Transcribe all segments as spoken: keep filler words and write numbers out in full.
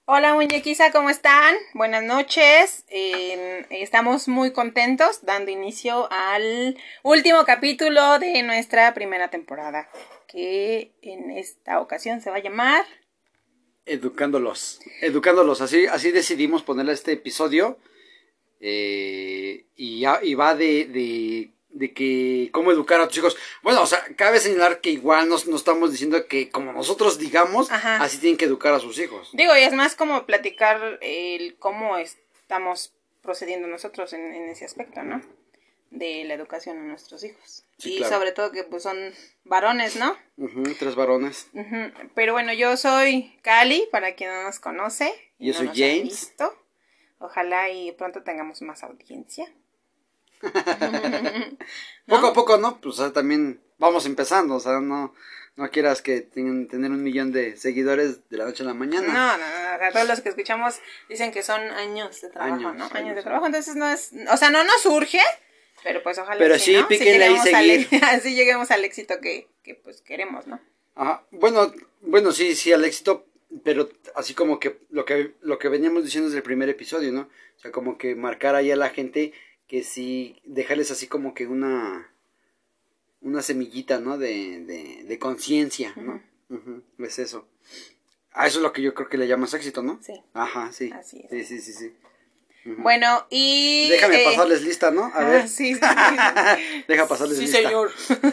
Hola muñequiza, ¿cómo están? Buenas noches. Eh, estamos muy contentos dando inicio al último capítulo de nuestra primera temporada, que en esta ocasión se va a llamar Educándolos. Educándolos. Así, así decidimos ponerle este episodio. Eh, y, ya, y va de, de, de que cómo educar a tus hijos. Bueno, o sea, cabe señalar que igual no, no estamos diciendo que como nosotros digamos, Ajá. así tienen que educar a sus hijos. Digo, y es más como platicar el cómo estamos procediendo nosotros en, en ese aspecto, ¿no? De la educación a nuestros hijos. Sí, y claro. Sobre todo que pues son varones, ¿no? Uh-huh, tres varones. Uh-huh. Pero bueno, yo soy Cali, para quien no nos conoce. Yo no soy James. Ojalá y pronto tengamos más audiencia. ¿No? Poco a poco, ¿no? Pues o sea, también vamos empezando, o sea, no, no quieras que tengan, tener un millón de seguidores de la noche a la mañana. No, no, no, todos los que escuchamos dicen que son años de trabajo, años, ¿no? Años, años de trabajo, entonces no es, o sea, no nos surge, pero pues ojalá pero sí, ¿no? Píquenle si ahí seguir. Al, así lleguemos al éxito que, que pues queremos, ¿no? Ajá, bueno, bueno, sí, sí, al éxito, pero así como que lo que lo que veníamos diciendo desde el primer episodio, ¿no? O sea, como que marcar ahí a la gente que sí, dejarles así como que una una semillita, ¿no? De, de, de conciencia, ¿no? Uh-huh. Uh-huh. Es eso. A eso es lo que yo creo que le llamas éxito, ¿no? Sí. Ajá, sí. Así es. Sí, sí, sí, sí. Uh-huh. Bueno, y... Déjame eh... pasarles lista, ¿no? A ah, ver. Sí, sí, sí. Deja pasarles sí, lista. Sí, señor.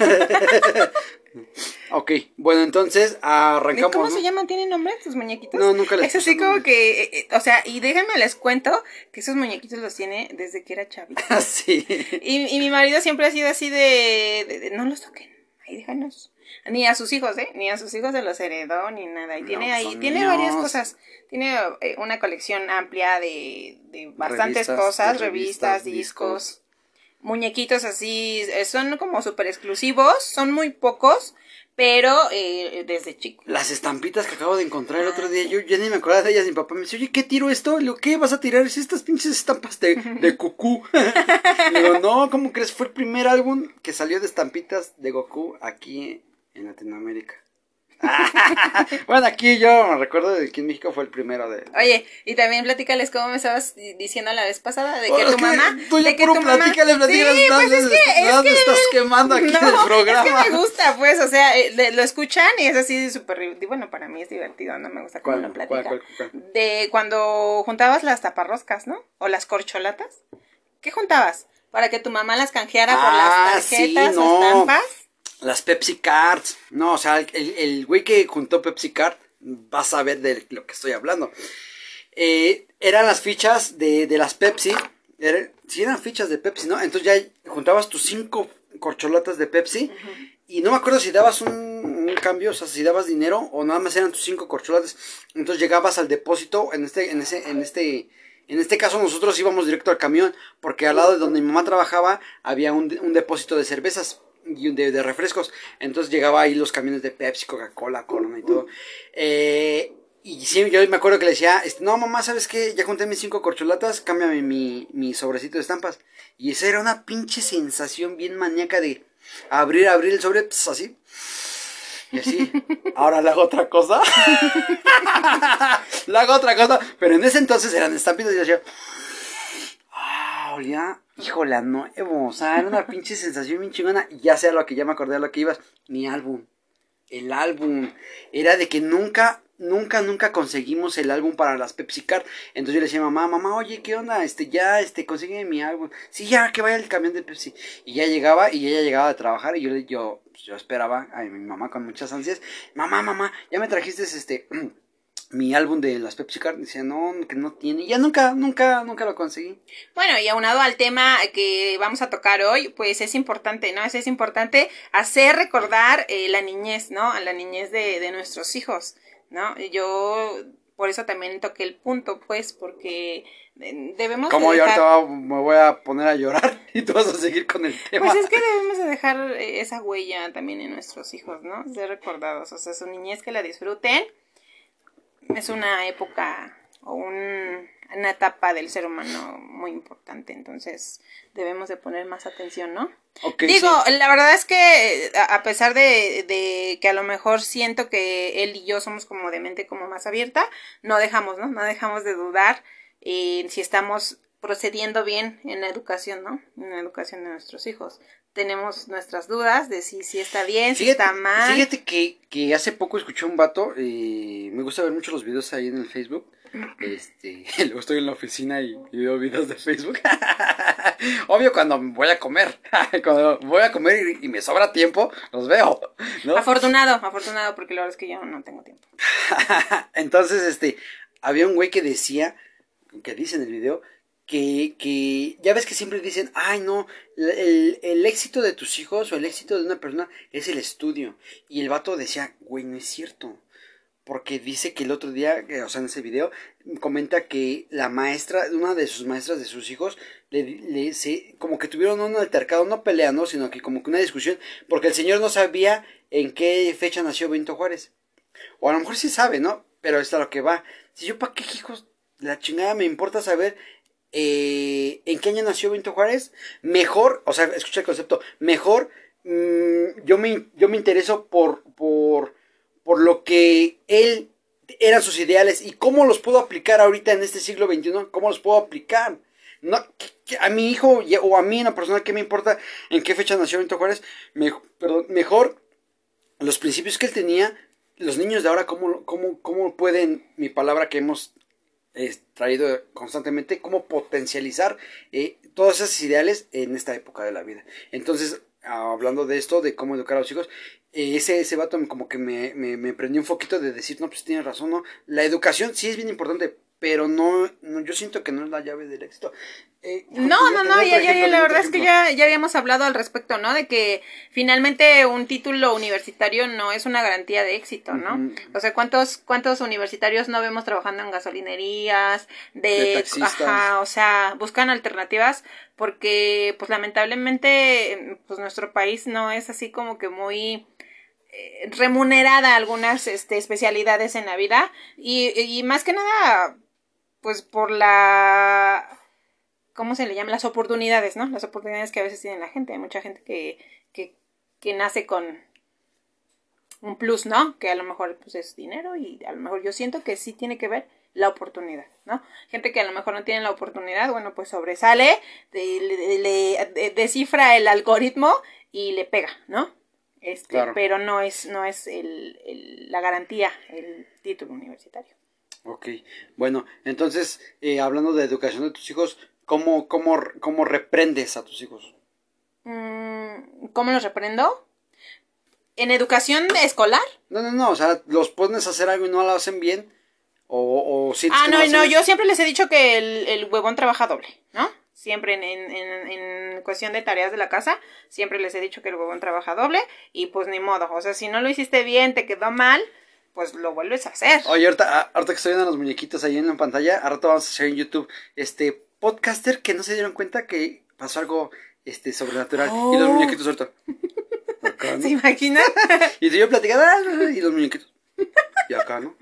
Ok, bueno, entonces arrancamos. ¿Cómo ¿no? se llaman? ¿Tienen nombre sus muñequitos? No, nunca les Es así como nombre. que, eh, o sea, y déjenme les cuento que esos muñequitos los tiene desde que era chavito. Sí. Y, y mi marido siempre ha sido así de, de, de no los toquen, ahí déjanos. Ni a sus hijos, ¿eh? Ni a sus hijos se los heredó ni nada. Y no, tiene ahí, tiene míos. varias cosas. Tiene eh, una colección amplia de, de bastantes revistas, cosas, de revistas, revistas, discos, discos, muñequitos así, son como súper exclusivos, son muy pocos. Pero eh, desde chico. Las estampitas que acabo de encontrar el otro día, yo ya ni me acordaba de ellas. Mi papá me dice, oye, ¿qué tiro esto? Le digo, ¿qué vas a tirar? Es estas pinches estampas de, de Goku. Le digo, no, ¿cómo crees? Fue el primer álbum que salió de estampitas de Goku aquí en Latinoamérica. Bueno, aquí yo me recuerdo de que en México fue el primero de... Oye, y también platícales cómo me estabas diciendo la vez pasada de que oh, tu que mamá... Tú ya de que puro tu mamá... platícale, platícale, sí, no, pues es que, no, es que... estás quemando aquí no, en el programa. Es que me gusta, pues, o sea, lo escuchan y es así súper... Bueno, para mí es divertido, no me gusta cómo lo platica. ¿Cuál, cuál, cuál? De cuando juntabas las taparroscas, ¿no? O las corcholatas. ¿Qué juntabas? Para que tu mamá las canjeara ah, por las tarjetas sí, no. o estampas. Las Pepsi Cards. No, o sea, el, el güey que juntó Pepsi Card, vas a ver de lo que estoy hablando. Eh, eran las fichas de, de las Pepsi. Era, sí, eran fichas de Pepsi, ¿no? Entonces ya juntabas tus cinco corcholatas de Pepsi. Uh-huh. Y no me acuerdo si dabas un, un cambio, o sea, si dabas dinero o nada más eran tus cinco corcholatas. Entonces llegabas al depósito, en este, en ese, en este... En este caso nosotros íbamos directo al camión, porque al lado de donde mi mamá trabajaba había un, un depósito de cervezas y de, de refrescos. Entonces llegaba ahí los camiones de Pepsi, Coca-Cola, Corona y todo. Eh, y sí, yo me acuerdo que le decía, este, no mamá, ¿sabes qué? Ya junté mis cinco corcholatas, cámbiame mi, mi sobrecito de estampas. Y esa era una pinche sensación bien maníaca de abrir, abrir el sobre, pues así. Y así, ahora le hago otra cosa. Le hago otra cosa. Pero en ese entonces eran estampitas y yo decía, ah, ya, híjole, nuevo. O sea, era una pinche sensación bien chingona. Y ya sea lo que ya me acordé a lo que ibas. Mi álbum. El álbum. Era de que nunca, nunca, nunca conseguimos el álbum para las Pepsi Card. Entonces yo le decía a mamá, mamá, oye, ¿qué onda? Este, ya, este, consigue mi álbum. Sí, ya, que vaya el camión de Pepsi. Y ya llegaba, y ella llegaba a trabajar, y yo, yo, yo esperaba a mi mamá con muchas ansias. Mamá, mamá, ya me trajiste este... mi álbum de las Pepsi Card. Decía, no, que no tiene. Ya nunca, nunca, nunca lo conseguí. Bueno, y aunado al tema que vamos a tocar hoy, pues es importante, ¿no? Es, es importante hacer recordar eh, la niñez, ¿no? A la niñez de, de nuestros hijos, ¿no? Yo por eso también toqué el punto, pues, porque debemos ¿Cómo de dejar... yo ahorita me voy a poner a llorar y tú vas a seguir con el tema? Pues es que debemos de dejar esa huella también en nuestros hijos, ¿no? Ser recordados, o sea, su niñez que la disfruten. Es una época o un una etapa del ser humano muy importante, entonces debemos de poner más atención, ¿no? Okay, Digo, sí. La verdad es que a pesar de, de que a lo mejor siento que él y yo somos como de mente como más abierta, no dejamos, ¿no? No dejamos de dudar eh, si estamos procediendo bien en la educación, ¿no? En la educación de nuestros hijos. Tenemos nuestras dudas de si, si está bien, fíjate, si está mal. Fíjate que, que hace poco escuché un vato, y me gusta ver mucho los videos ahí en el Facebook. Este, luego estoy en la oficina y, y veo videos de Facebook. Obvio cuando voy a comer, cuando voy a comer y, y me sobra tiempo, los veo, ¿no? Afortunado, afortunado, porque la verdad es que yo no tengo tiempo. Entonces, este, había un güey que decía, que dice en el video, que, que ya ves que siempre dicen, ay no, el, el éxito de tus hijos o el éxito de una persona es el estudio. Y el vato decía, güey, no es cierto. Porque dice que el otro día, o sea, en ese video, comenta que la maestra, una de sus maestras de sus hijos, le, le se, como que tuvieron un altercado, no peleando, sino que como que una discusión, porque el señor no sabía en qué fecha nació Benito Juárez. O a lo mejor sí sabe, ¿no? Pero es a lo que va. Si yo, ¿para qué hijos? La chingada me importa saber eh, en qué año nació Benito Juárez. Mejor, o sea, escucha el concepto, mejor mmm, yo, me, yo me intereso por... por por lo que él eran sus ideales y cómo los puedo aplicar ahorita en este siglo veintiuno, cómo los puedo aplicar. No, a mi hijo o a mí, una persona, ¿qué me importa en qué fecha nació Benito Juárez? Me, perdón, mejor los principios que él tenía, los niños de ahora, cómo, cómo, cómo pueden, mi palabra que hemos eh, traído constantemente, cómo potencializar eh, todos esos ideales en esta época de la vida. Entonces, hablando de esto, de cómo educar a los hijos, eh, ese, ese vato como que me, me, me prendió un foquito de decir, no, pues tienes razón, ¿no? La educación sí es bien importante, pero no, no yo siento que no es la llave del éxito. Eh, no, no, no, ya, ya, ya, la verdad es que ya, ya habíamos hablado al respecto, ¿no? De que finalmente un título universitario no es una garantía de éxito, ¿no? Uh-huh. O sea, ¿cuántos, cuántos universitarios no vemos trabajando en gasolinerías, de, de taxistas? Ajá, o sea, buscan alternativas porque, pues, lamentablemente, pues, nuestro país no es así como que muy eh, remunerada algunas, este, especialidades en la vida y, y más que nada, pues, por la... ¿Cómo se le llama? Las oportunidades, ¿no? Las oportunidades que a veces tiene la gente. Hay mucha gente que, que, que nace con un plus, ¿no? Que a lo mejor pues es dinero y a lo mejor yo siento que sí tiene que ver la oportunidad, ¿no? Gente que a lo mejor no tiene la oportunidad, bueno, pues sobresale, le, le, le descifra el algoritmo y le pega, ¿no? Este, claro. Pero no es, no es el, el, la garantía, el título universitario. Ok, bueno, entonces, eh, hablando de educación de tus hijos, ¿Cómo, cómo, ¿Cómo reprendes a tus hijos? ¿Cómo los reprendo? ¿En educación escolar? No, no, no, o sea, los pones a hacer algo y no lo hacen bien. O, o ah, no, no, no yo siempre les he dicho que el, el huevón trabaja doble, ¿no? Siempre en, en, en, en cuestión de tareas de la casa, siempre les he dicho que el huevón trabaja doble y pues ni modo. O sea, si no lo hiciste bien, te quedó mal, pues lo vuelves a hacer. Oye, ahorita, ahorita que estoy viendo los muñequitos ahí en la pantalla, ahora vamos a hacer en YouTube, este... podcaster que no se dieron cuenta que pasó algo este sobrenatural oh. y los muñequitos ahorita acá, ¿no? ¿Se imaginan? Y yo platicando y los muñequitos y acá, ¿no?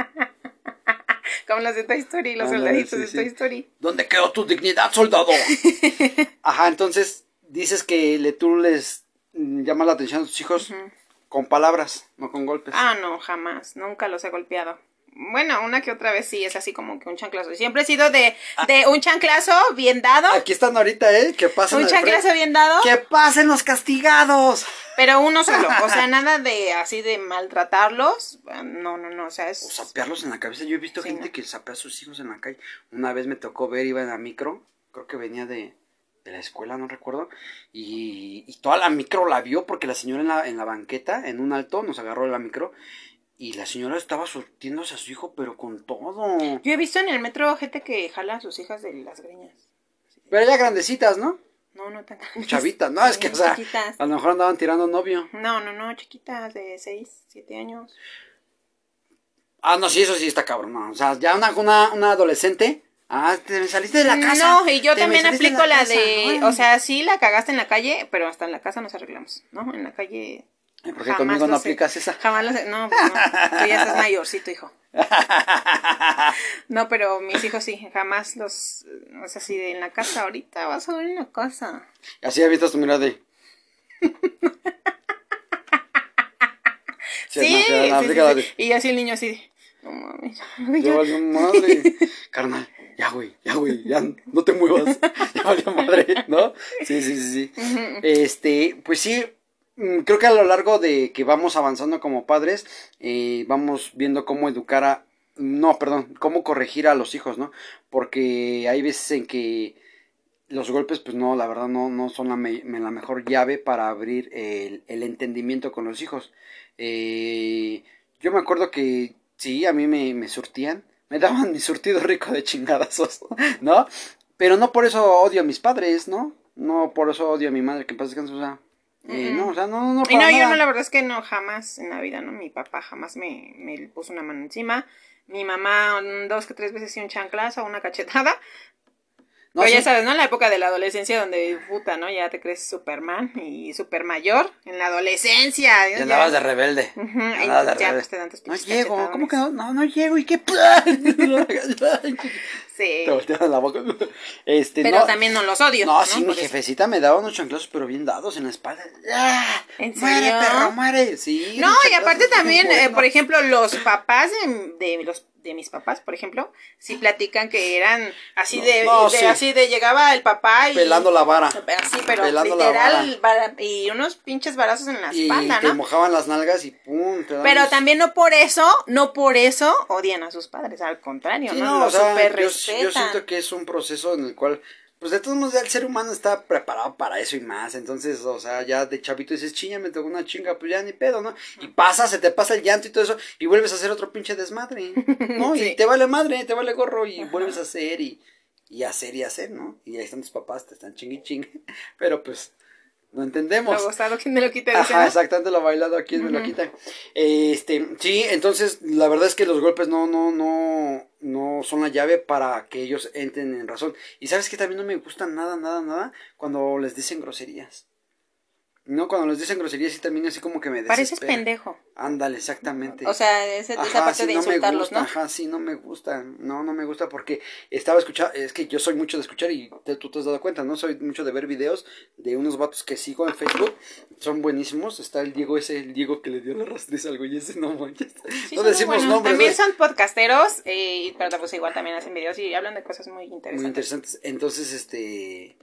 Como los de Toy Story, los ah, soldaditos sí, sí. de Toy Story. ¿Dónde quedó tu dignidad, soldado? Ajá, entonces dices que le, tú les llamas la atención a tus hijos uh-huh. con palabras, no con golpes. Ah, no, jamás, nunca los he golpeado. Bueno, una que otra vez sí es así como que un chanclazo. Siempre he sido de, de un chanclazo bien dado. Aquí están ahorita, ¿eh? Que pasen. Un chanclazo frente. bien dado. ¡Que pasen los castigados! Pero uno solo. O sea, nada de así de maltratarlos. No, no, no. O sea, es. O sapearlos en la cabeza. Yo he visto sí, gente ¿no? que sapea a sus hijos en la calle. Una vez me tocó ver, iba en la micro. Creo que venía de, de la escuela, no recuerdo. Y, y toda la micro la vio porque la señora en la, en la banqueta, en un alto, nos agarró de la micro. Y la señora estaba surtiéndose a su hijo, pero con todo. Yo he visto en el metro gente que jala a sus hijas de las greñas. Sí. Pero ya grandecitas, ¿no? No, no tan grandes. Chavitas, no, es que, o sea, chiquitas. A lo mejor andaban tirando novio. No, no, no, chiquitas, de seis, siete años. Ah, no, sí, eso sí está cabrón, no. O sea, ya una, una, una adolescente... Ah, te me saliste de la casa. No, y yo también aplico la, la de... Ay. O sea, sí la cagaste en la calle, pero hasta en la casa nos arreglamos, ¿no? En la calle... ¿Por qué conmigo no aplicas esa? Jamás lo sé. No, pues no. Tú ya estás mayorcito, hijo. No, pero mis hijos sí, jamás los... O sea, si en la casa ahorita vas a ver en la casa. Así avientas tu mirada de... Sí, sí, sí, sí, sí. De... Y así el niño así de... No mames. Ya valió madre. Carnal, ya güey, ya güey, ya no te muevas. Ya valió madre, ¿no? Sí, sí, sí, sí. Uh-huh. Este, pues sí, creo que a lo largo de que vamos avanzando como padres, eh, vamos viendo cómo educar a... No, perdón, cómo corregir a los hijos, ¿no? Porque hay veces en que los golpes, pues no, la verdad no, no son la, me, la mejor llave para abrir el, el entendimiento con los hijos. Eh, yo me acuerdo que sí, a mí me, me surtían, me daban mi surtido rico de chingadazos, ¿no? Pero no por eso odio a mis padres, ¿no? No por eso odio a mi madre, que en paz descanse, o sea... Eh, mm. No, o sea, no, no. Y no, nada. Yo no, la verdad es que no, jamás en la vida, ¿no? Mi papá jamás me, me puso una mano encima. Mi mamá dos que tres veces sí un chanclazo o una cachetada. No, pero sí. Ya sabes, ¿no? En la época de la adolescencia donde, puta, ¿no? Ya te crees Superman y super mayor en la adolescencia. Y andabas ya... de rebelde. Uh-huh. Andabas de rebelde. Pues te dan tus no llego, ¿cómo que no? No, no llego, ¿y qué? Sí. Te voltean la boca. Este, pero no, también no los odio. No, ¿no? sí, mi jefecita me daba unos chanclazos, pero bien dados en la espalda. ¡Ah! ¿En serio? ¡Muere, perro, muere! Sí. No, y aparte también, bueno. eh, por ejemplo, los papás de, de los de mis papás, por ejemplo, sí platican que eran así no, de, no, de sí. así de llegaba el papá y pelando la vara. Así, pero pelando literal vara, y unos pinches varazos en la y espalda, te ¿no? mojaban las nalgas y pum. Te pero también no por eso, no por eso odian a sus padres, al contrario, sí, ¿no? no Lo o sea, super yo, respetan. Yo siento que es un proceso en el cual pues de todos modos ya el ser humano está preparado para eso y más, entonces, o sea, ya de chavito dices, chinga, me tocó una chinga, pues ya ni pedo, ¿no? Y pasa, se te pasa el llanto y todo eso, y vuelves a hacer otro pinche desmadre, ¿no? Sí. Y te vale madre, te vale gorro, y ajá. Vuelves a hacer, y, y hacer y hacer, ¿no? Y ahí están tus papás, te están chingue chingue, pero pues... No entendemos. Lo gustado, ¿quién me lo quita? Ajá, ¿no? Exactamente, lo bailado, ¿quién uh-huh. me lo quita? Este, sí, entonces, la verdad es que los golpes no, no, no, no son la llave para que ellos entren en razón. Y ¿sabes qué? También no me gusta nada, nada, nada cuando les dicen groserías. No, cuando les dicen groserías sí también así como que me desespera. Pareces pendejo. Ándale, exactamente. O sea, esa, ajá, esa parte sí, de no insultarlos, me gusta, ¿no? Ajá, sí, no me gusta. No, no me gusta porque estaba escuchando, es que yo soy mucho de escuchar y te, tú te has dado cuenta, ¿no? Soy mucho de ver videos de unos vatos que sigo en Facebook. Son buenísimos. Está el Diego ese, el Diego que le dio la rastriz al güey ese, no manches. Sí, no decimos buenos. Nombres. También ¿no? son podcasteros, eh, pero pues igual también hacen videos y hablan de cosas muy interesantes. Muy interesantes. Entonces, este...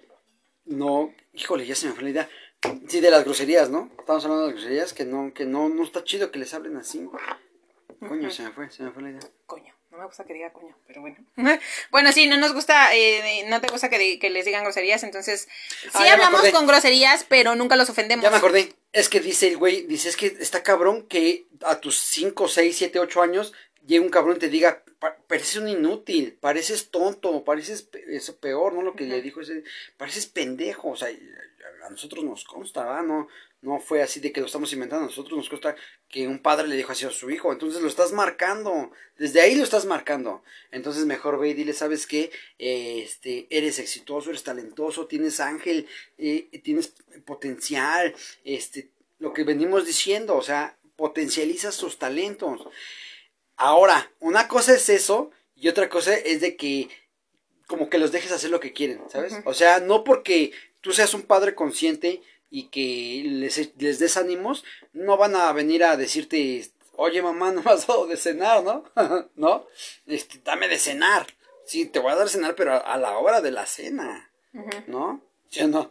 No, híjole, ya se me fue la idea. Sí, de las groserías, ¿no? Estamos hablando de las groserías, que no, que no, no está chido que les hablen así. Coño, uh-huh. se me fue, se me fue la idea. Coño, no me gusta que diga coño, pero bueno. Bueno, sí, no nos gusta, eh, no te gusta que, de, que les digan groserías, entonces sí ah, hablamos con groserías, pero nunca los ofendemos. Ya me acordé, es que dice el güey, dice, es que está cabrón que a tus cinco, seis, siete, ocho años llega un cabrón y te diga, pareces un inútil, pareces tonto, pareces eso peor, ¿no? Lo que uh-huh. le dijo ese, pareces pendejo, o sea, a nosotros nos consta, ¿verdad? No, no fue así de que lo estamos inventando, a nosotros nos consta que un padre le dijo así a su hijo, entonces lo estás marcando, desde ahí lo estás marcando, entonces mejor ve y dile, ¿sabes qué? Eh, este, eres exitoso, eres talentoso, tienes ángel, eh, tienes potencial, este, lo que venimos diciendo, o sea, potencializas tus talentos. Ahora, una cosa es eso y otra cosa es de que como que los dejes hacer lo que quieren, ¿sabes? Uh-huh. O sea, no porque tú seas un padre consciente y que les, les des ánimos, no van a venir a decirte, oye mamá, no me has dado de cenar, ¿no? ¿No? Este, dame de cenar. Sí, te voy a dar de cenar, pero a, a la hora de la cena, uh-huh. ¿no? ¿Sí o no?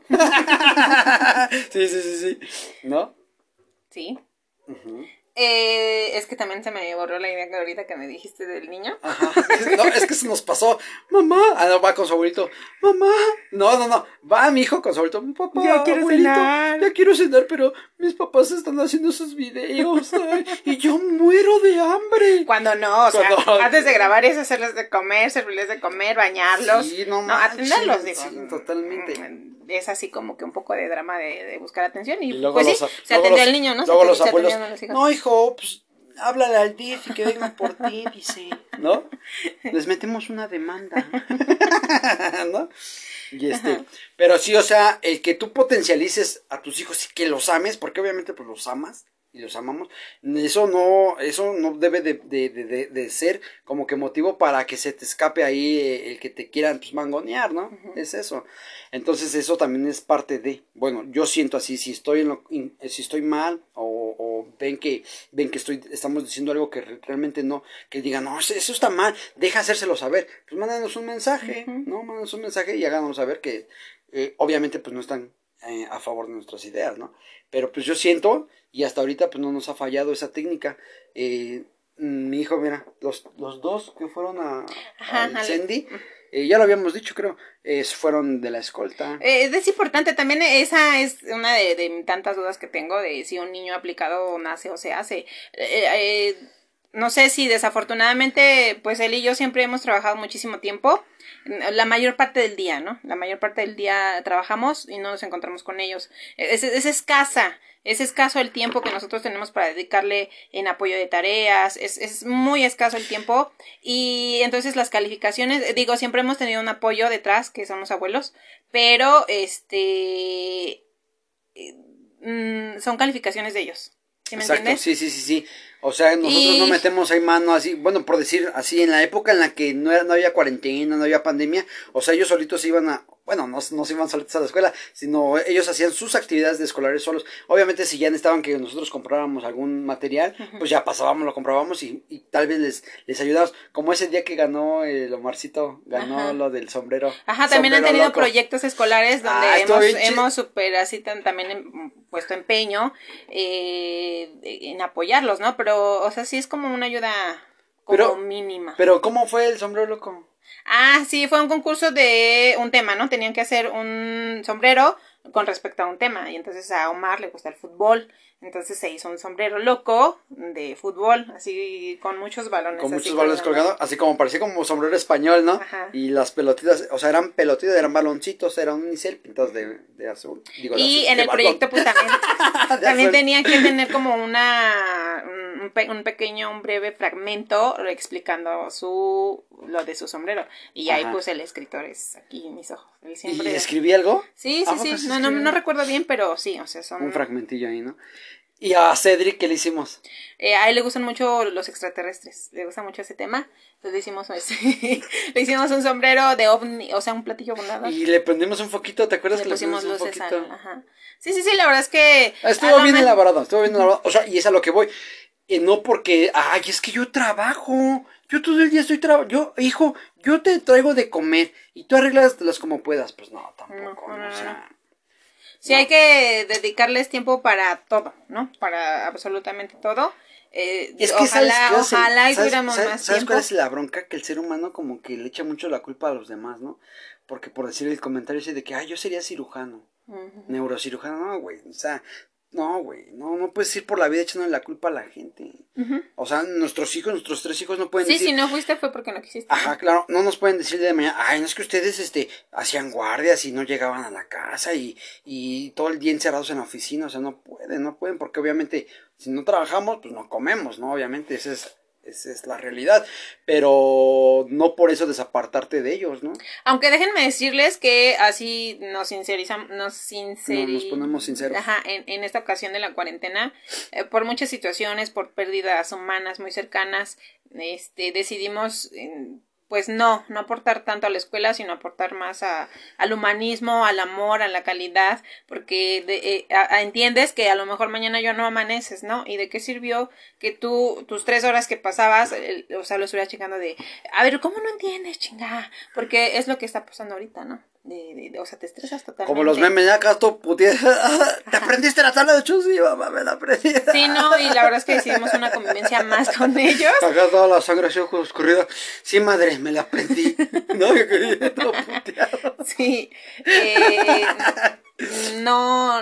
sí, sí, sí, sí, ¿no? Sí. Uh-huh. Eh, es que también se me borró la idea que ahorita que me dijiste del niño. Ajá. No, es que se nos pasó. Mamá. Ah, no, va con su abuelito. Mamá. No, no, no. Va mi hijo con su abuelito. Papá, ya quiero abuelito, cenar. Ya quiero cenar, pero mis papás están haciendo sus videos. Ay, y yo muero de hambre. Cuando no, o sea, Cuando... antes de grabar eso, hacerles de comer, servirles de comer, bañarlos. Sí, no, no atenderlos, digo. Sí, totalmente. Es así como que un poco de drama de, de buscar atención. Y, y luego pues los, sí, se atendió al niño, ¿no? Luego se, los se abuelos. A los No, hijo, pues háblale al D I F y que vengan por ti, dice, ¿no? Les metemos una demanda, ¿no? Y este, ajá. Pero sí, o sea, el que tú potencialices a tus hijos y que los ames, porque obviamente pues los amas, y los amamos, eso no, eso no debe de, de, de, de ser como que motivo para que se te escape ahí eh, el que te quieran pues mangonear, ¿no? Uh-huh. Es eso. Entonces eso también es parte de, bueno, yo siento así, si estoy en lo, si estoy mal o, o ven que, ven que estoy, estamos diciendo algo que realmente no, que digan, no, eso está mal, deja hacérselo saber, pues mándanos un mensaje, uh-huh. ¿no? Mándanos un mensaje y háganos saber que eh, obviamente pues no están eh, a favor de nuestras ideas, ¿no? Pero pues yo siento, y hasta ahorita pues no nos ha fallado esa técnica, eh, mi hijo, mira, los, los dos que fueron a, Ajá, al Sendy, eh, ya lo habíamos dicho creo, eh, fueron de la escolta. Eh, es importante, también esa es una de, de tantas dudas que tengo de si un niño aplicado nace o se hace. Eh, eh, no sé si desafortunadamente, pues él y yo siempre hemos trabajado muchísimo tiempo, la mayor parte del día, ¿no? La mayor parte del día trabajamos y no nos encontramos con ellos. Es, es escasa, es escaso el tiempo que nosotros tenemos para dedicarle en apoyo de tareas, es, es muy escaso el tiempo y entonces las calificaciones, digo, siempre hemos tenido un apoyo detrás, que son los abuelos, pero este mmm, son calificaciones de ellos. ¿Sí me Exacto, entiendes? sí, sí, sí, sí. O sea, nosotros y... no metemos ahí mano así, bueno, por decir así, en la época en la que no, era, no había cuarentena, no había pandemia, o sea, ellos solitos iban a, bueno, no, no se iban solitos a la escuela, sino ellos hacían sus actividades de escolares solos. Obviamente, si ya necesitaban que nosotros compráramos algún material, uh-huh. pues ya pasábamos, lo comprábamos y, y tal vez les, les ayudábamos. Como ese día que ganó el Omarcito, ganó Ajá. lo del sombrero. Ajá, también sombrero han tenido loco. Proyectos escolares donde ah, hemos, hemos super así tan, también en, puesto empeño eh, en apoyarlos, ¿no? Pero, o sea, sí es como una ayuda como pero, mínima. Pero, ¿cómo fue el sombrero loco? Ah, sí, fue un concurso de un tema, ¿no? Tenían que hacer un sombrero con respecto a un tema. Y entonces a Omar le gusta el fútbol. Entonces se hizo un sombrero loco de fútbol, así con muchos balones. Con muchos balones colgados, así como parecía como sombrero español, ¿no? Ajá. Y las pelotitas, o sea, eran pelotitas, eran baloncitos, eran unicel pintados de, de azul. Digo, y azul, en el balón. Proyecto, pues también, también tenía que tener como una, un, pe, un pequeño, un breve fragmento explicando su, lo de su sombrero. Y Ajá. ahí pues el escritor es aquí mis ojos. Él siempre... ¿Y escribí algo? Sí, sí, sí, no, no, no recuerdo bien, pero sí, o sea, son... Un fragmentillo ahí, ¿no? ¿Y a Cedric qué le hicimos? Eh, a él le gustan mucho los extraterrestres, le gusta mucho ese tema, entonces le hicimos, ese, le hicimos un sombrero de ovni, o sea, un platillo volador. Y le prendimos un foquito, ¿te acuerdas? Le que pusimos le luces al, ajá. Sí, sí, sí, la verdad es que... Estuvo bien elaborado, estuvo bien elaborado, o sea, y es a lo que voy, eh, no porque, ay, es que yo trabajo, yo todo el día estoy trabajando, yo, hijo, yo te traigo de comer, y tú arréglalas como puedas, pues no, tampoco, no, no, no, o sea... Sí, no. Hay que dedicarles tiempo para todo, ¿no? Para absolutamente todo. Eh, es que ojalá, ¿sabes, ojalá y ¿sabes, tuviéramos ¿sabes, más ¿sabes tiempo. cuál es la bronca? Que el ser humano como que le echa mucho la culpa a los demás, ¿no? Porque por decir el comentario ese de que, ay, yo sería cirujano, uh-huh. neurocirujano, no, güey, o sea... No, güey, no, no puedes ir por la vida echándole la culpa a la gente. Uh-huh. O sea, nuestros hijos, nuestros tres hijos no pueden sí, decir... Sí, si no fuiste fue porque no quisiste. Ajá, ¿no? Claro, no nos pueden decir de mañana, ay, no es que ustedes, este, hacían guardias y no llegaban a la casa y, y todo el día encerrados en la oficina, o sea, no pueden, no pueden, porque obviamente, si no trabajamos, pues no comemos, ¿no? Obviamente, esa es... Esa es la realidad, pero no por eso desapartarte de ellos, ¿no? Aunque déjenme decirles que así nos sincerizamos, nos, sinceri... no, nos ponemos sinceros. Ajá, en, en esta ocasión de la cuarentena, eh, por muchas situaciones, por pérdidas humanas muy cercanas, este, decidimos... Eh, pues no, no aportar tanto a la escuela, sino aportar más a, al humanismo, al amor, a la calidad, porque de, eh, a, a, entiendes que a lo mejor mañana yo no amaneces, ¿no? ¿Y de qué sirvió que tú, tus tres horas que pasabas, el, o sea, lo estuvieras checando de, a ver, ¿cómo no entiendes, chinga? Porque es lo que está pasando ahorita, ¿no? De, de, de, o sea, te estresas totalmente. Como los memes, ya acá tú puteas. ¿Te aprendiste la tabla de ocho? Sí, mamá, me la aprendí. Sí, no, y la verdad es que hicimos una convivencia más con ellos. Acá toda la sangre así escurrida. Sí, madre, me la aprendí. No, yo quería todo puteado. Sí. Eh, no.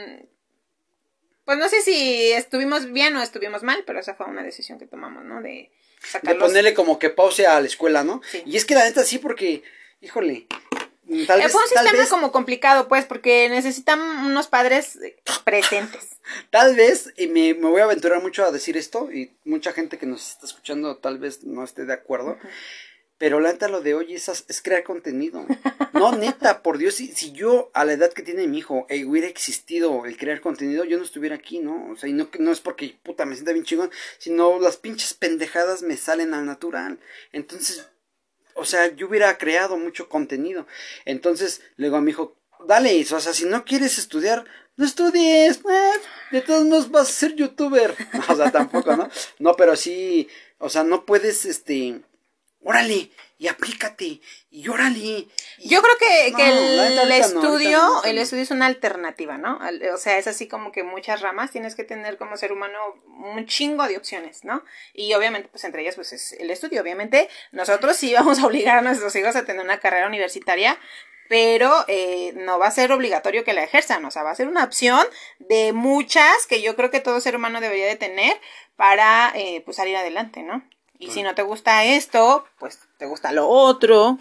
Pues no sé si estuvimos bien o estuvimos mal, pero esa fue una decisión que tomamos, ¿no? De sacarlos. De ponerle como que pause a la escuela, ¿no? Sí. Y es que la neta sí, porque, híjole. Tal vez, fue un sistema vez, como complicado, pues, porque necesitan unos padres presentes. Tal vez, y me, me voy a aventurar mucho a decir esto, y mucha gente que nos está escuchando tal vez no esté de acuerdo, uh-huh. Pero la neta lo de hoy es, es crear contenido. No, neta, por Dios, si, si yo a la edad que tiene mi hijo eh, hubiera existido el crear contenido, yo no estuviera aquí, ¿no? O sea, y no, no es porque, puta, me sienta bien chingón, sino las pinches pendejadas me salen al natural. Entonces, o sea, yo hubiera creado mucho contenido. Entonces, le digo a mi hijo, dale eso, o sea, si no quieres estudiar, no estudies, eh, de todos modos vas a ser youtuber. O sea, tampoco, ¿no? No, pero sí, o sea, no puedes, este... órale, y aplícate, y órale. Y... Yo creo que, no, que el, el estudio, no, no, no, el estudio es una alternativa, ¿no? O sea, es así como que muchas ramas, tienes que tener como ser humano un chingo de opciones, ¿no? Y obviamente, pues entre ellas, pues es el estudio. Obviamente, nosotros sí vamos a obligar a nuestros hijos a tener una carrera universitaria, pero eh, no va a ser obligatorio que la ejerzan, o sea, va a ser una opción de muchas que yo creo que todo ser humano debería de tener para, eh, pues, salir adelante, ¿no? Y si no te gusta esto, pues te gusta lo otro.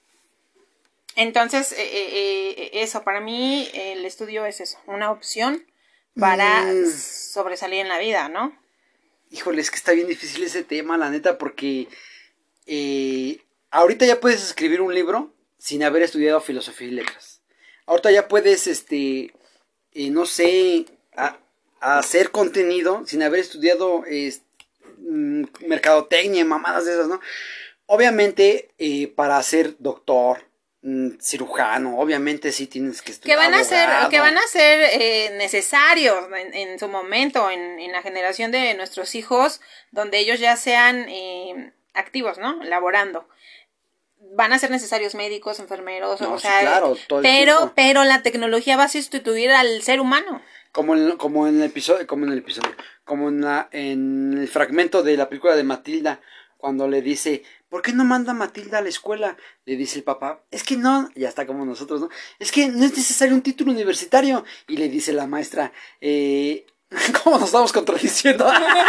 Entonces, eh, eh, eso, para mí el estudio es eso, una opción para mm. sobresalir en la vida, ¿no? Híjole, es que está bien difícil ese tema, la neta, porque eh, ahorita ya puedes escribir un libro sin haber estudiado filosofía y letras. Ahorita ya puedes, este, eh, no sé, a, a hacer contenido sin haber estudiado... Este, mercadotecnia, mamadas de esas, ¿no? Obviamente, eh, para ser doctor, mmm, cirujano, obviamente sí tienes que estudiar. Que van a ser, que van a ser eh, necesarios en, en su momento, en, en la generación de nuestros hijos, donde ellos ya sean eh, activos, ¿no? Laborando. Van a ser necesarios médicos, enfermeros, no, o sea, sí, claro, todo el pero, tiempo. pero la tecnología va a sustituir al ser humano. Como en, como en el episodio, como en el episodio, como en, la, en el fragmento de la película de Matilda, cuando le dice, ¿por qué no manda Matilda a la escuela? Le dice el papá, es que no, ya está como nosotros, ¿no? Es que no es necesario un título universitario. Y le dice la maestra, eh, ¿cómo nos estamos contradiciendo?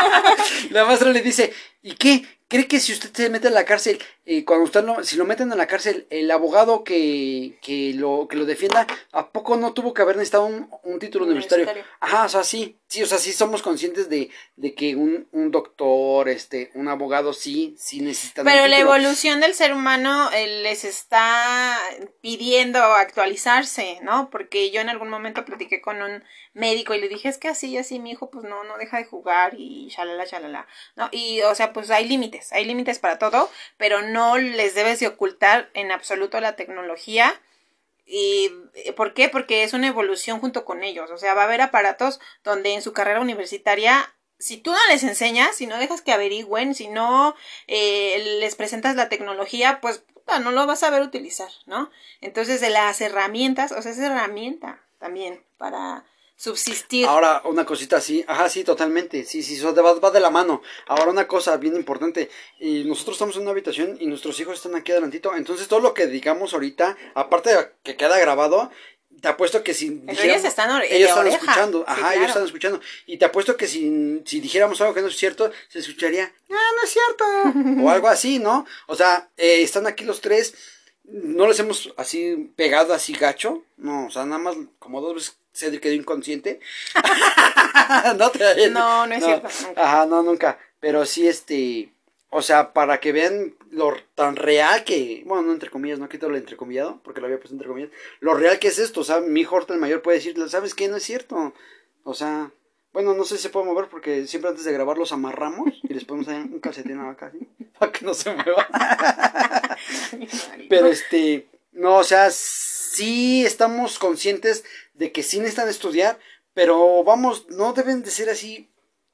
La maestra le dice, ¿y qué? ¿Cree que si usted se mete en la cárcel, eh, cuando usted lo, si lo meten en la cárcel, el abogado que, que, lo, que lo defienda, ¿a poco no tuvo que haber necesitado un, un título universitario? universitario? Ajá, o sea, sí, sí, o sea, sí somos conscientes de, de que un, un doctor, este, un abogado, sí, sí necesitan Pero un la evolución del ser humano eh, les está pidiendo actualizarse, ¿no? Porque yo en algún momento platiqué con un médico y le dije, es que así, así, mi hijo, pues no, no deja de jugar y shalala, shalala, ¿no? Y, o sea, pues hay límites, hay límites para todo, pero no les debes de ocultar en absoluto la tecnología. ¿Y por qué? Porque es una evolución junto con ellos, o sea, va a haber aparatos donde en su carrera universitaria, si tú no les enseñas, si no dejas que averigüen, si no eh, les presentas la tecnología, pues puta, no lo vas a ver utilizar, ¿no? Entonces, de las herramientas, o sea, es herramienta también para subsistir. Ahora, una cosita así, ajá, sí, totalmente, sí, sí, eso va, va de la mano. Ahora, una cosa bien importante, y nosotros estamos en una habitación y nuestros hijos están aquí adelantito, entonces todo lo que digamos ahorita, aparte de que queda grabado, te apuesto que si dijéramos, ellos están, or- ellos están oreja. escuchando, ajá, sí, claro. Ellos están escuchando, y te apuesto que si, si dijéramos algo que no es cierto, se escucharía, ah, no es cierto, o algo así, ¿no? O sea, eh, están aquí los tres, no les hemos así pegado así gacho, no, o sea, nada más como dos veces Cedric quedó inconsciente. no, te, no, no es no, cierto. Nunca. Ajá, no, nunca. Pero sí, este, o sea, para que vean lo tan real que, bueno, no entre comillas, no quito lo entrecomillado, porque lo había puesto entre comillas, lo real que es esto, o sea, mi hijo el mayor puede decir, ¿sabes qué? No es cierto. O sea, bueno, no sé si se puede mover porque siempre antes de grabar los amarramos y les ponemos ahí un calcetín acá, ¿sí? Para que no se mueva. Pero este, no, o sea, sí estamos conscientes de que sí necesitan estudiar, pero vamos, no deben de ser así.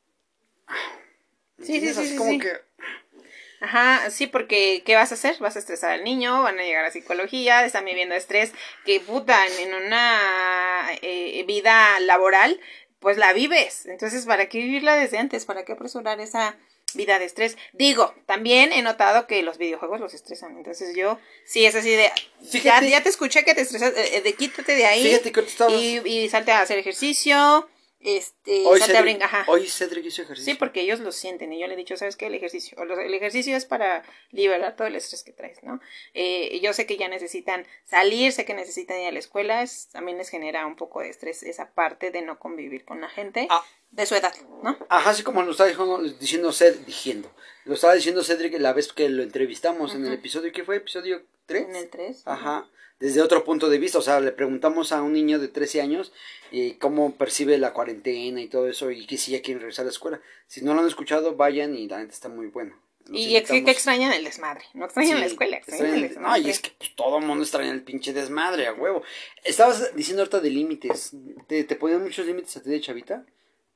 Sí, sí, sí, así sí, como sí. que... Ajá, sí, porque ¿qué vas a hacer? Vas a estresar al niño, van a llegar a psicología, están viviendo estrés, que puta, en una eh, vida laboral, pues la vives. Entonces, ¿para qué vivirla desde antes? ¿Para qué apresurar esa vida de estrés? Digo, también he notado que los videojuegos los estresan. Entonces yo, sí, es así de, ya, ya te escuché que te estresas, eh, de quítate de ahí Fíjate que estabas... y, y salte a hacer ejercicio. Este, hoy, salte a Cedric, brincar, ajá. hoy Cedric hizo ejercicio. Sí, porque ellos lo sienten y yo le he dicho, ¿sabes qué? El ejercicio, el ejercicio es para liberar todo el estrés que traes, ¿no? Eh, yo sé que ya necesitan salir, sé que necesitan ir a la escuela, es, también les genera un poco de estrés esa parte de no convivir con la gente ah, de su edad, ¿no? Ajá, así como lo estaba diciendo, diciendo Cedric, diciendo, lo estaba diciendo Cedric la vez que lo entrevistamos uh-huh. en el episodio, ¿qué fue? ¿Episodio tres? En el tres. Ajá. Uh-huh. Desde otro punto de vista, o sea, le preguntamos a un niño de trece años eh, cómo percibe la cuarentena y todo eso y que si ya quieren regresar a la escuela. Si no lo han escuchado, vayan y la neta está muy bueno. Los y es que extrañan el desmadre, no extrañan sí, la escuela, extrañan, extrañan el desmadre. No, y es que pues, todo el mundo extraña el pinche desmadre, a huevo. Estabas diciendo ahorita de límites, ¿te, te ponían muchos límites a ti de chavita?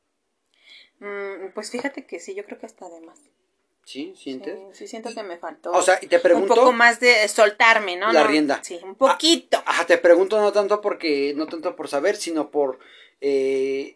Mm, pues fíjate que sí, yo creo que hasta además. ¿Sí? ¿Sientes? Sí, sí siento que me faltó. O sea, y te pregunto... Un poco más de soltarme, ¿no? La no, rienda. Sí, un poquito. Ajá, te pregunto no tanto porque... No tanto por saber, sino por... Eh,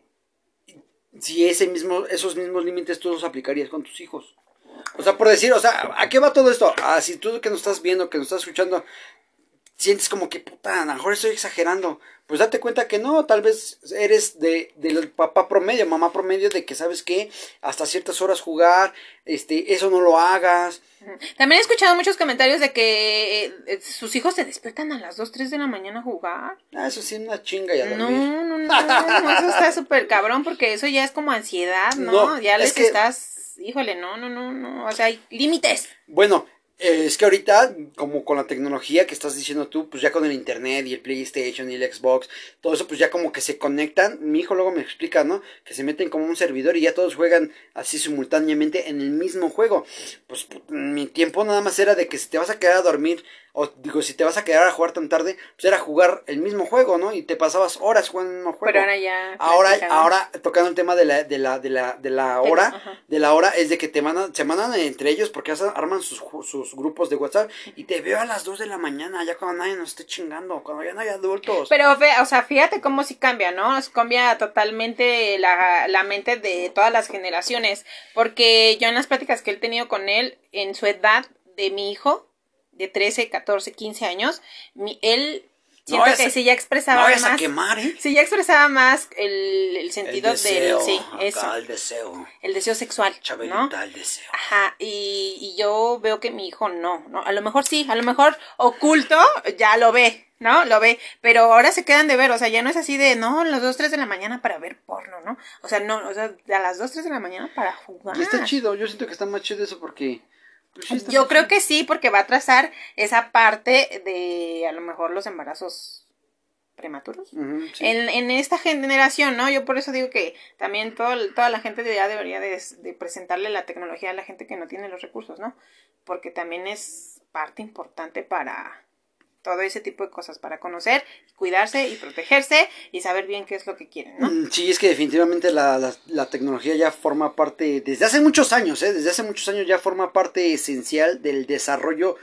si ese mismo, esos mismos límites tú los aplicarías con tus hijos. O sea, por decir, o sea, ¿a qué va todo esto? Ah, si tú que nos estás viendo, que nos estás escuchando... Sientes como que, puta, a lo mejor estoy exagerando. Pues date cuenta que no, tal vez eres de del papá promedio, mamá promedio, de que sabes que hasta ciertas horas jugar, este, eso no lo hagas. También he escuchado muchos comentarios de que eh, sus hijos se despiertan a las dos, tres de la mañana a jugar. Ah, eso sí, una chinga y a dormir. No, no, no, no eso está súper cabrón porque eso ya es como ansiedad, ¿no? no ya les que... estás, híjole, no, no, no, no, o sea, hay límites. Bueno, Eh, es que ahorita, como con la tecnología que estás diciendo tú, pues ya con el internet y el PlayStation y el Xbox, todo eso pues ya como que se conectan. Mi hijo luego me explica, ¿no? Que se meten como un servidor y ya todos juegan así simultáneamente en el mismo juego. Pues mi tiempo nada más era de que si te vas a quedar a dormir, o digo, si te vas a quedar a jugar tan tarde, pues era jugar el mismo juego, ¿no? Y te pasabas horas jugando el mismo juego. Pero ahora ya... Ahora, ahora tocando el tema de la, de la, de la, de la hora, Ajá. de la hora, es de que te mandan, se mandan entre ellos porque arman sus, sus grupos de WhatsApp y te veo a las dos de la mañana, ya cuando nadie nos esté chingando, cuando ya no hay adultos. Pero, o sea, fíjate cómo sí cambia, ¿no? Cambia totalmente la, la mente de todas las generaciones, porque yo en las pláticas que he tenido con él, en su edad de mi hijo, de trece, catorce, quince años, mi, él... Siento no que a, sí ya expresaba no más. A quemar, ¿eh? Sí ya expresaba más el, el sentido el deseo, del. Sí, eso. El deseo. El deseo sexual. Chabelita, ¿no? el deseo. Ajá. Y, y yo veo que mi hijo no, ¿no? A lo mejor sí, a lo mejor oculto ya lo ve, ¿no? Lo ve. Pero ahora se quedan de ver. O sea, ya no es así de, no, a las dos, tres de la mañana para ver porno, ¿no? O sea, no, o sea, a las dos, tres de la mañana para jugar. Y está chido. Yo siento que está más chido eso porque. Pues sí, yo creo que sí, porque va a trazar esa parte de a lo mejor los embarazos prematuros uh-huh, sí. en, en esta generación, ¿no? Yo por eso digo que también todo, toda la gente ya debería de, de presentarle la tecnología a la gente que no tiene los recursos, ¿no? Porque también es parte importante para todo ese tipo de cosas, para conocer, cuidarse y protegerse y saber bien qué es lo que quieren, ¿no? Sí, es que definitivamente la, la, la tecnología ya forma parte, desde hace muchos años, ¿eh? Desde hace muchos años ya forma parte esencial del desarrollo,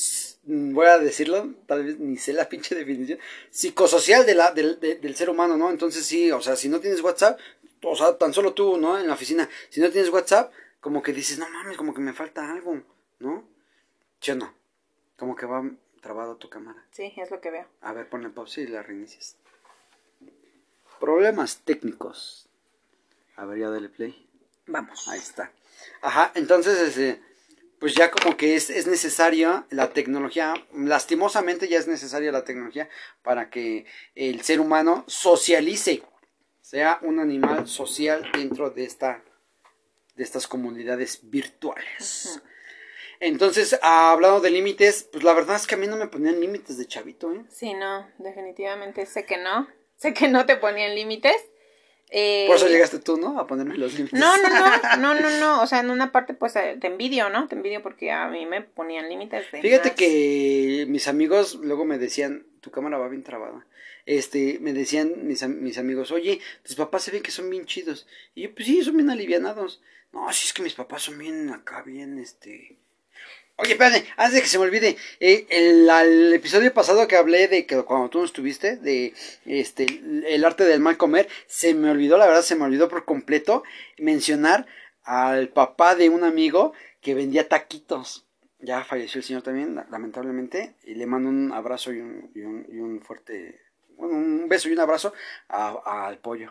voy a decirlo, tal vez ni sé la pinche definición, psicosocial de la, del, de, del ser humano, ¿no? Entonces sí, o sea, si no tienes WhatsApp, o sea, tan solo tú, ¿no? En la oficina, si no tienes WhatsApp, como que dices, no mames, como que me falta algo, ¿no? ¿Sí o no? Como que va trabado tu cámara. Sí, es lo que veo. A ver, ponle pausa y la reinicias. Problemas técnicos. A ver, ya dale play. Vamos. Ahí está. Ajá, entonces, este, pues ya como que es, es necesaria la tecnología, lastimosamente ya es necesaria la tecnología para que el ser humano socialice, sea un animal social dentro de esta, de estas comunidades virtuales. Uh-huh. Entonces, hablando de límites, pues la verdad es que a mí no me ponían límites de chavito, ¿eh? Sí, no, definitivamente sé que no. Sé que no te ponían límites. Eh... Por eso llegaste tú, ¿no? A ponerme los límites. No, no, no, no, no, no. O sea, en una parte, pues, te envidio, ¿no? Te envidio porque a mí me ponían límites de Fíjate más. que mis amigos luego me decían, tu cámara va bien trabada. Este, me decían mis, mis amigos, oye, tus papás se ven que son bien chidos. Y yo, pues sí, son bien alivianados. No, si es que mis papás son bien acá, bien, este... Oye, espérate, antes de que se me olvide, eh, el, el episodio pasado que hablé de que cuando tú no estuviste, de este el arte del mal comer, se me olvidó, la verdad se me olvidó por completo mencionar al papá de un amigo que vendía taquitos. Ya falleció el señor también, lamentablemente, y le mando un abrazo y un, y un, y un fuerte, bueno, un beso y un abrazo a, a, al pollo.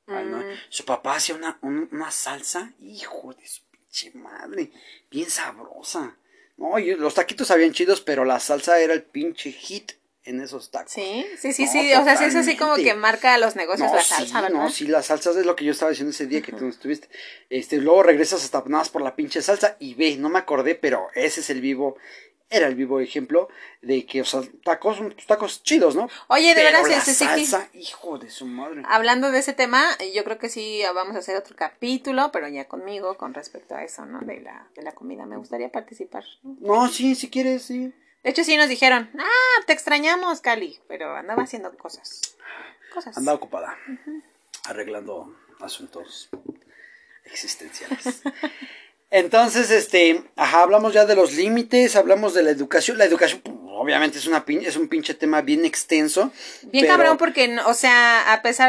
Ay, no. Su papá hacía una, un, una salsa, hijo de su pinche madre, bien sabrosa. No, y los taquitos sabían chidos, pero la salsa era el pinche hit en esos tacos. Sí, sí, sí, no, sí, o sea, sí es así como que marca a los negocios no, la salsa, sí, ¿verdad? No, sí, la salsa es lo que yo estaba diciendo ese día que tú no estuviste. Este, luego regresas hasta nada más por la pinche salsa y ve, no me acordé, pero ese es el vivo, era el vivo ejemplo de que, o sea, tacos, tacos chidos, ¿no? Oye, de pero veras, la este sí salsa, hijo de su madre. Hablando de ese tema, yo creo que sí vamos a hacer otro capítulo, pero ya conmigo, con respecto a eso, ¿no? De la, de la comida. Me gustaría participar, ¿no? No, sí, si quieres, sí. De hecho, sí nos dijeron, ah, te extrañamos, Cali, pero andaba haciendo cosas. Cosas. Andaba ocupada, uh-huh. arreglando asuntos existenciales. Entonces, este, ajá, hablamos ya de los límites, hablamos de la educación. La educación, pues, obviamente, es una pin- es un pinche tema bien extenso. Bien pero... cabrón, porque, o sea, a pesar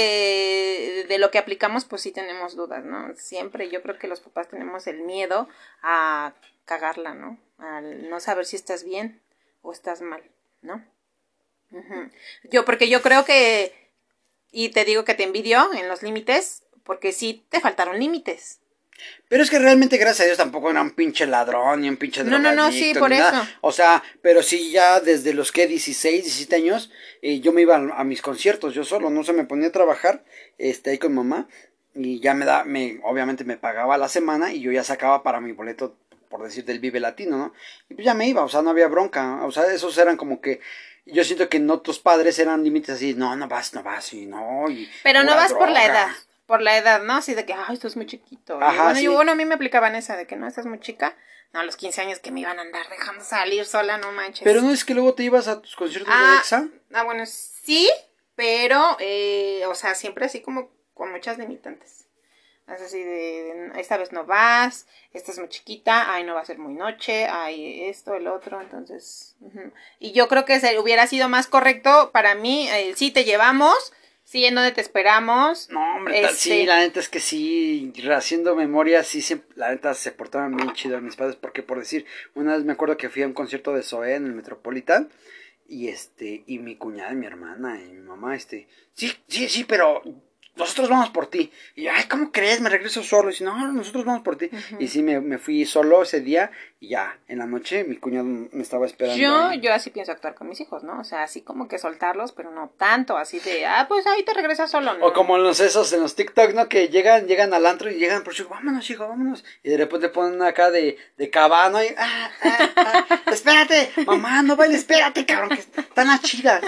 de, de lo que aplicamos, pues sí tenemos dudas, ¿no? Siempre yo creo que los papás tenemos el miedo a cagarla, ¿no? Al no saber si estás bien o estás mal, ¿no? Uh-huh. Yo, porque yo creo que, y te digo que te envidio en los límites, porque sí te faltaron límites. Pero es que realmente, gracias a Dios, tampoco era un pinche ladrón ni un pinche drogadicto. No, no, no, sí, por ni eso. Nada. O sea, pero sí ya desde los que dieciséis, diecisiete años, eh, yo me iba a, a mis conciertos yo solo, no se me ponía a trabajar, este, ahí con mamá, y ya me da, me, obviamente me pagaba la semana y yo ya sacaba para mi boleto, por decir, del Vive Latino, ¿no? Y pues ya me iba, o sea, no había bronca, o sea, esos eran como que, yo siento que en otros padres eran límites así, no, no vas, no vas, y no, y pero no vas droga. por la edad. Por la edad, ¿no? Así de que, ay, esto es muy chiquito. Ajá, bueno, sí. yo, bueno, a mí me aplicaban esa de que no, estás muy chica. No, a los quince años que me iban a andar dejando salir sola, no manches. Pero no es que luego te ibas a tus conciertos ah, de EXA. Ah, bueno, sí, pero, eh, o sea, siempre así como con muchas limitantes. Es así de, de, esta vez no vas, esta es muy chiquita, ay, no va a ser muy noche, ay, esto, el otro, entonces. Uh-huh. Y yo creo que se, hubiera sido más correcto para mí, eh, sí te llevamos. Sí, ¿en dónde te esperamos? No, hombre, este... tal, sí, la neta es que sí, haciendo memoria, sí, se, la neta se portaban bien chido mis padres, porque por decir, una vez me acuerdo que fui a un concierto de Zoé en el Metropolitan, y este, y mi cuñada y mi hermana y mi mamá, este, sí, sí, sí, pero nosotros vamos por ti. Y yo, ay, ¿cómo crees? Me regreso solo. Y dice, no, nosotros vamos por ti. Uh-huh. Y sí, me, me fui solo ese día y ya, en la noche mi cuñado me estaba esperando. Yo, ahí. yo así pienso actuar con mis hijos, ¿no? O sea, así como que soltarlos, pero no tanto, así de, ah, pues ahí te regresas solo, ¿no? O como en los esos, en los TikTok, ¿no? Que llegan, llegan al antro y llegan por chico, vámonos, hijo, vámonos. Y de repente ponen acá de, de cabano y, ah, ah, ah, espérate, mamá, no bailes, espérate, cabrón, que están las chidas.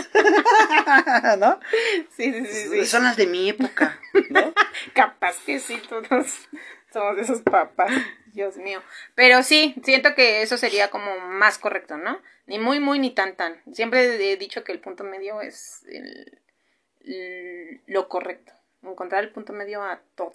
¿No? Sí, sí, sí, sí. Son las de mi época, ¿no? Capaz que sí, todos somos de esos papás, Dios mío. Pero sí, siento que eso sería como más correcto, ¿no? Ni muy, muy, ni tan, tan. Siempre he dicho que el punto medio es el, el, lo correcto. Encontrar el punto medio a todo.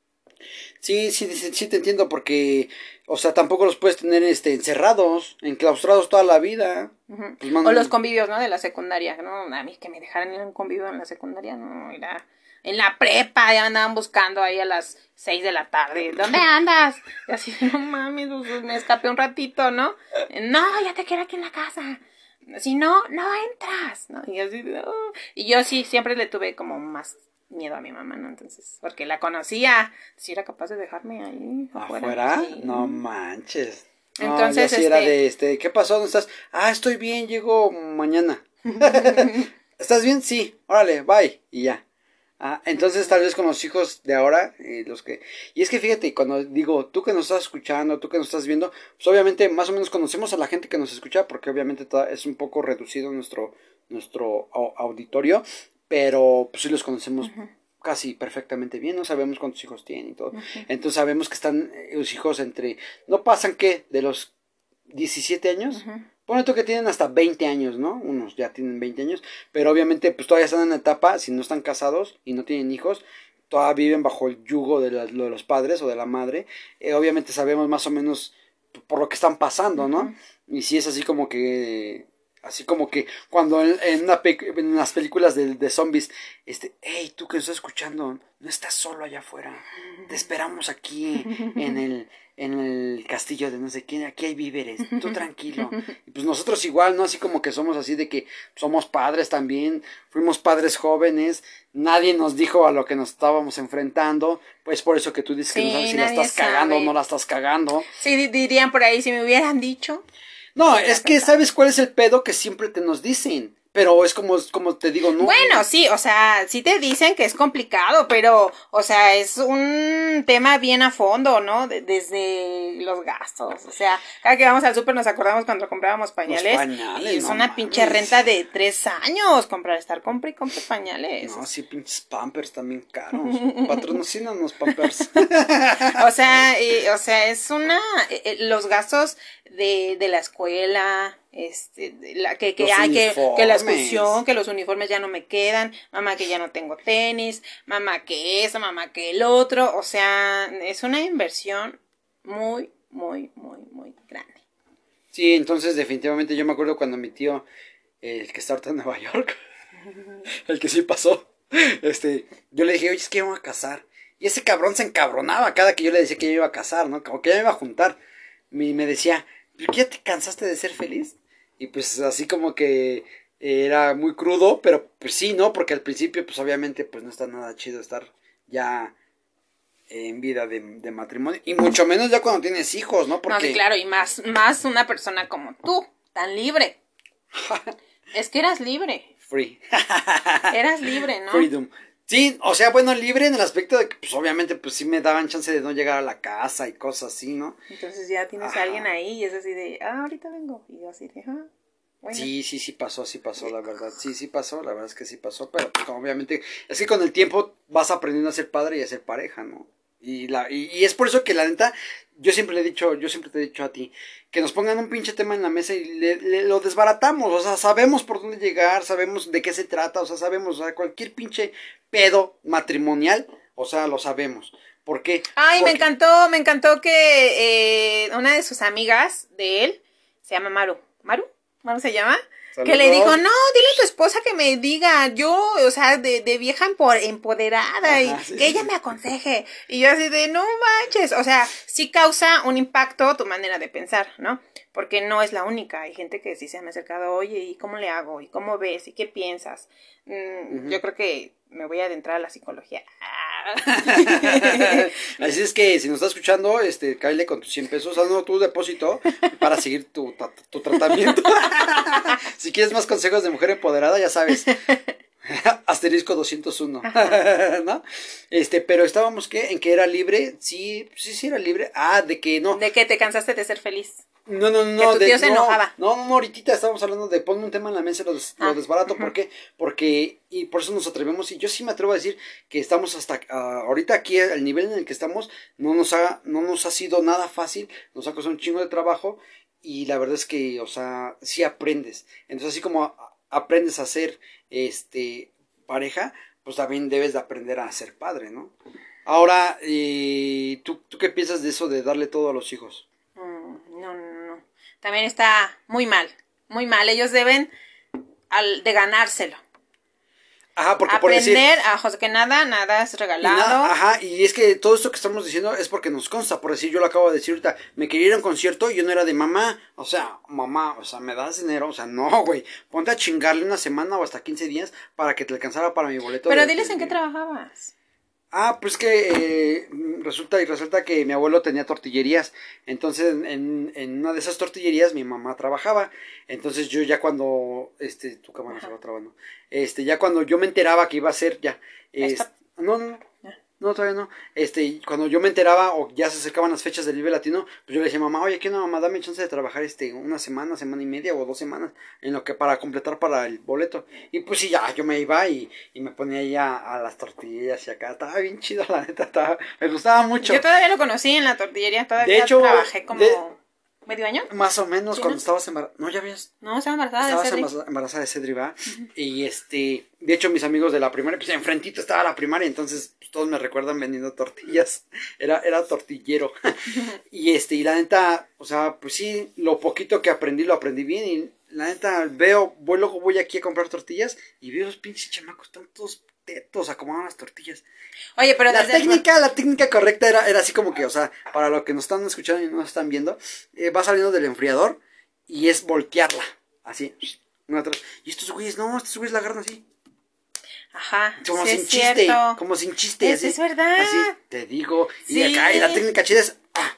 Sí, sí, sí, sí te entiendo porque, o sea, tampoco los puedes tener este encerrados, enclaustrados toda la vida. Uh-huh. Pues, man, o los convivios, ¿no? De la secundaria, ¿no? A mí que me dejaran ir a un convivio en la secundaria, no, era... En la prepa ya andaban buscando ahí a las seis de la tarde. ¿Dónde andas? Y así, no mames, me escapé un ratito, ¿no? No, ya te quiero aquí en la casa. Si no, no entras, ¿no? Y así, oh. Y yo sí, siempre le tuve como más miedo a mi mamá, ¿no? Entonces, porque la conocía, si era capaz de dejarme ahí afuera. ¿Afuera? Sí. No manches. No, entonces, yo sí este... era de este, ¿qué pasó? ¿Dónde estás? Ah, estoy bien, llego mañana. ¿Estás bien? Sí, órale, bye. Y ya. Ah, entonces tal vez con los hijos de ahora, eh, los que... Y es que fíjate, cuando digo, tú que nos estás escuchando, tú que nos estás viendo, pues obviamente más o menos conocemos a la gente que nos escucha, porque obviamente es un poco reducido nuestro, nuestro auditorio, pero pues sí los conocemos uh-huh. casi perfectamente bien, no sabemos cuántos hijos tienen y todo. Uh-huh. Entonces sabemos que están eh, los hijos entre... ¿No pasan qué? ¿De los diecisiete años? Uh-huh. Pone tú que tienen hasta veinte años, ¿no? Unos ya tienen veinte años, pero obviamente pues todavía están en la etapa, si no están casados y no tienen hijos, todavía viven bajo el yugo de, la, de los padres o de la madre. Eh, obviamente sabemos más o menos por lo que están pasando, ¿no? Uh-huh. Y si es así como que Así como que cuando en, en, una pe en las películas de, de zombies, este, hey, tú que nos estás escuchando, no estás solo allá afuera, te esperamos aquí en el, en el castillo de no sé quién, aquí hay víveres, tú tranquilo. Y pues nosotros igual, ¿no? Así como que somos así de que somos padres también, fuimos padres jóvenes, nadie nos dijo a lo que nos estábamos enfrentando, pues por eso que tú dices sí, que no sabes si la estás sabe. cagando o no la estás cagando. Sí, dirían por ahí, si me hubieran dicho... No, es que ¿sabes cuál es el pedo? Que siempre te nos dicen. Pero es como, como te digo, no. Bueno, sí, o sea, sí te dicen que es complicado, pero, o sea, es un tema bien a fondo, ¿no? De, desde los gastos, o sea, cada que vamos al súper nos acordamos cuando comprábamos pañales. Los pañales, y es no una mames. pinche renta de tres años comprar, estar compra y compra pañales. No, sí, pinches Pampers también caros. Patrocínanos Pampers. O sea, y, o sea, es una, eh, los gastos de, de la escuela, este, la, que, que hay, que, que la excursión, que los uniformes ya no me quedan, mamá que ya no tengo tenis, mamá que eso, mamá que el otro, o sea, es una inversión muy, muy, muy, muy grande. Sí, entonces definitivamente yo me acuerdo cuando mi tío, el que está ahorita en Nueva York, el que sí pasó, este, yo le dije, oye, es que yo me voy a casar, y ese cabrón se encabronaba cada que yo le decía que yo iba a casar, ¿no? Como que ya me iba a juntar, y me decía, ¿pero ya te cansaste de ser feliz? Y pues así como que era muy crudo, pero pues sí, ¿no? Porque al principio pues obviamente pues no está nada chido estar ya en vida de, de matrimonio. Y mucho menos ya cuando tienes hijos, ¿no? Porque... No, sí, claro, y más, más una persona como tú, tan libre. Es que eras libre. Free. Eras libre, ¿no? Freedom. Sí, o sea, bueno, libre en el aspecto de que, pues, obviamente, pues, sí me daban chance de no llegar a la casa y cosas así, ¿no? Entonces ya tienes Ajá. a alguien ahí y es así de, ah, ahorita vengo. Y yo así de, ah, bueno. Sí, sí, sí pasó, sí pasó, la verdad. Sí, sí pasó, la verdad es que sí pasó, pero pues, obviamente, es que con el tiempo vas aprendiendo a ser padre y a ser pareja, ¿no? Y, la, y, y es por eso que la neta, yo siempre le he dicho, yo siempre te he dicho a ti, que nos pongan un pinche tema en la mesa y le, le, lo desbaratamos, o sea, sabemos por dónde llegar, sabemos de qué se trata, o sea, sabemos, o sea, cualquier pinche pedo matrimonial, o sea, lo sabemos. ¿Por qué? Ay, Porque... me encantó, me encantó que eh, una de sus amigas de él, se llama Maru, ¿Maru? ¿Maru se llama? Saludos. Que le dijo, no, dile a tu esposa que me diga, yo, o sea, de, de vieja empoderada, Ajá, y sí, que sí, ella sí. me aconseje. Y yo así de, no manches, o sea, sí causa un impacto tu manera de pensar, ¿no? Porque no es la única, hay gente que sí se me ha acercado, oye, ¿y cómo le hago? ¿Y cómo ves? ¿Y qué piensas? Mm, uh-huh. Yo creo que me voy a adentrar a la psicología. Así es que si nos estás escuchando, este, cáele con tus cien pesos, haznos tu depósito para seguir tu, tu, tu tratamiento. Si quieres más consejos de mujer empoderada, ya sabes. Asterisco doscientos uno. ¿No? Este, pero estábamos que en que era libre, sí, sí, sí era libre. Ah, de que no. De que te cansaste de ser feliz. No, no, no. Que tu tío de, se no, enojaba. No, no, no, ahorita estábamos hablando de ponme un tema en la mesa y lo, des, ah, lo desbarato. Uh-huh. ¿Por qué? Porque, y por eso nos atrevemos, y yo sí me atrevo a decir que estamos hasta, uh, ahorita aquí, al nivel en el que estamos, no nos ha, no nos ha sido nada fácil, nos ha costado un chingo de trabajo, y la verdad es que, o sea, sí aprendes. Entonces, así como aprendes a ser, este, pareja, pues también debes de aprender a ser padre, ¿no? Ahora, eh, ¿tú, ¿tú qué piensas de eso de darle todo a los hijos? Mm, no, no, no. También está muy mal, muy mal. Ellos deben al, de ganárselo. Ajá, porque aprender, por decir, a José, que nada, nada es regalado. Nada, ajá, y es que todo esto que estamos diciendo es porque nos consta, por decir, yo lo acabo de decir ahorita, me quería ir a un concierto y yo no era de mamá, o sea, mamá, o sea, me das dinero, o sea, no, güey, ponte a chingarle una semana o hasta quince días para que te alcanzara para mi boleto. Pero de, diles de, en de... qué trabajabas. Ah, pues que eh, resulta y resulta que mi abuelo tenía tortillerías, entonces en, en una de esas tortillerías mi mamá trabajaba, entonces yo ya cuando, este, tu cámara Ajá. se va trabando, este, ya cuando yo me enteraba que iba a ser ya, este, no, no, no. No, todavía no. Este, cuando yo me enteraba o ya se acercaban las fechas del Vive Latino, pues yo le decía, mamá, oye, ¿qué no, mamá? Dame chance de trabajar este, una semana, semana y media o dos semanas en lo que para completar para el boleto. Y pues sí, ya, yo me iba y, y me ponía ya a las tortillas y acá. Estaba bien chido, la neta, estaba, me gustaba mucho. Yo todavía lo conocí en la tortillería, todavía de hecho, trabajé como... De, ¿medio año? Más o menos, ¿Sí, cuando no? estabas embarazada. No, ya ves. No, estaba embarazada estabas de Cedric. embarazada de Cedric, ¿va? Uh-huh. Y este, de hecho, mis amigos de la primaria, pues enfrentito estaba la primaria, entonces pues, todos me recuerdan vendiendo tortillas. Era, era tortillero. Uh-huh. Y este, y la neta, o sea, pues sí, lo poquito que aprendí, lo aprendí bien. Y la neta, veo, voy luego voy aquí a comprar tortillas y veo los pinches chamacos, están todos tetos acomodando las tortillas. Oye, pero la desde técnica, el... la técnica correcta era, era así como que, o sea, para los que nos están escuchando y no nos están viendo, eh, va saliendo del enfriador y es voltearla, así, una atrás. Y estos güeyes, no, estos güeyes la agarran así. Ajá, como sí sin es chiste, cierto. como sin chiste, es, así, es verdad. así, te digo, sí. y acá, y la técnica chida es, ah,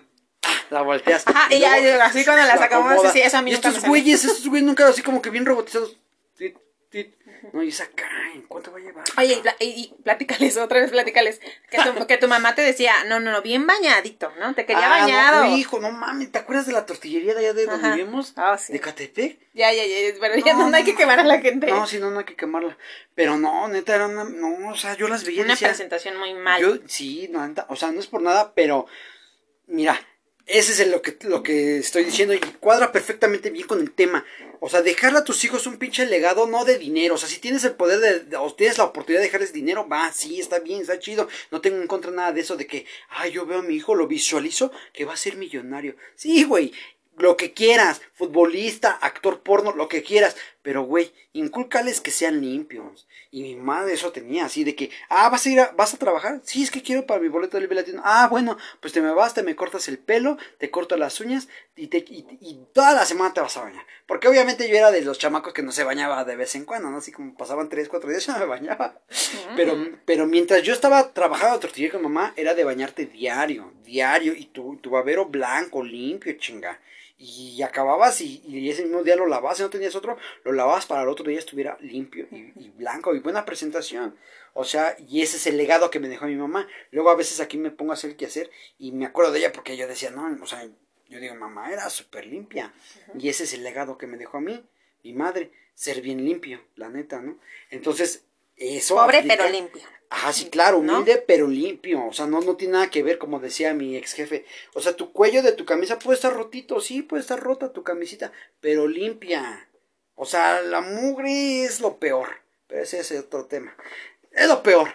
ah, la volteas. Ajá, y, y luego, ya, así cuando la sacamos, sí, eso a mí y nunca estos me güeyes, estos güeyes nunca así como que bien robotizados, tit, tit. No, y esa acá, ¿cuánto va a llevar? Oye, y, y, y platícales, otra vez platícales, que tu, que tu mamá te decía, no, no, no, bien bañadito, ¿no? Te quería ah, bañado. No, hijo, no mames, ¿te acuerdas de la tortillería de allá de donde vivimos? Oh, sí. ¿De Catepec? Ya, ya, ya, pero ya no, no, no hay que quemar a la gente. No, sí, no, no hay que quemarla. Pero no, neta, era una, no, o sea, yo las veía y Una decía, presentación muy mal. Yo, sí, no, neta, o sea, no es por nada, pero, mira, ese es el, lo, que, lo que estoy diciendo y cuadra perfectamente bien con el tema. O sea, dejarle a tus hijos un pinche legado, no de dinero. O sea, si tienes el poder de, de o tienes la oportunidad de dejarles dinero, va, sí, está bien, está chido. No tengo en contra nada de eso, de que, ay, yo veo a mi hijo, lo visualizo, que va a ser millonario. Sí, güey, lo que quieras, futbolista, actor porno, lo que quieras. Pero, güey, incúlcales que sean limpios. Y mi madre eso tenía, así de que, ah, ¿vas a ir a, vas a trabajar? Sí, es que quiero para mi boleto de Vive Latino. Ah, bueno, pues te me vas, te me cortas el pelo, te corto las uñas y, te, y, y toda la semana te vas a bañar. Porque obviamente yo era de los chamacos que no se bañaba de vez en cuando, ¿no? Así como pasaban tres, cuatro días, ya me bañaba. Mm. Pero, pero mientras yo estaba trabajando a tortilla con mamá, era de bañarte diario, diario. Y tu, tu babero blanco, limpio, chinga. Y acababas y, y ese mismo día lo lavabas, si no tenías otro, lo lavabas para el otro día estuviera limpio y, y blanco y buena presentación. O sea, y ese es el legado que me dejó mi mamá. Luego a veces aquí me pongo a hacer el quehacer y me acuerdo de ella porque yo decía, no, o sea, yo digo, mamá era súper limpia. Uh-huh. Y ese es el legado que me dejó a mí, mi madre, ser bien limpio, la neta, ¿no? Entonces, eso pobre aplica... pero limpio. Ajá, sí, claro, humilde, ¿no? Pero limpio, o sea, no, no tiene nada que ver, como decía mi ex jefe, o sea, tu cuello de tu camisa puede estar rotito, sí, puede estar rota tu camisita, pero limpia, o sea, la mugre es lo peor, pero ese es otro tema, es lo peor,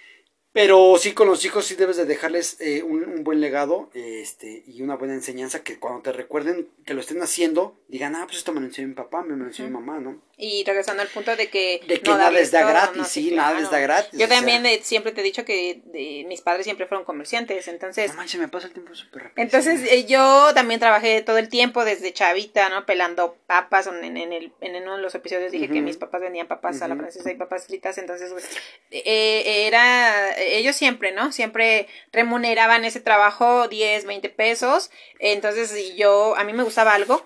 pero sí con los hijos sí debes de dejarles eh, un, un buen legado este y una buena enseñanza que cuando te recuerden que lo estén haciendo, digan, ah, pues esto me lo enseñó mi papá, me lo enseñó uh-huh. mi mamá, ¿no? Y regresando al punto de que... De que no nada les da todo, gratis, no, sí, sí claro. Nada les da gratis. Yo también sea... de, siempre te he dicho que de, mis padres siempre fueron comerciantes, entonces... No manches, me pasa el tiempo súper rápido. Entonces eh, yo también trabajé todo el tiempo desde chavita, ¿no? Pelando papas, en, en, el, en uno de los episodios dije uh-huh. que mis papás vendían papas uh-huh. a la francesa y papas fritas, entonces eh, era... Ellos siempre, ¿no? Siempre remuneraban ese trabajo diez, veinte pesos, entonces yo... A mí me gustaba algo...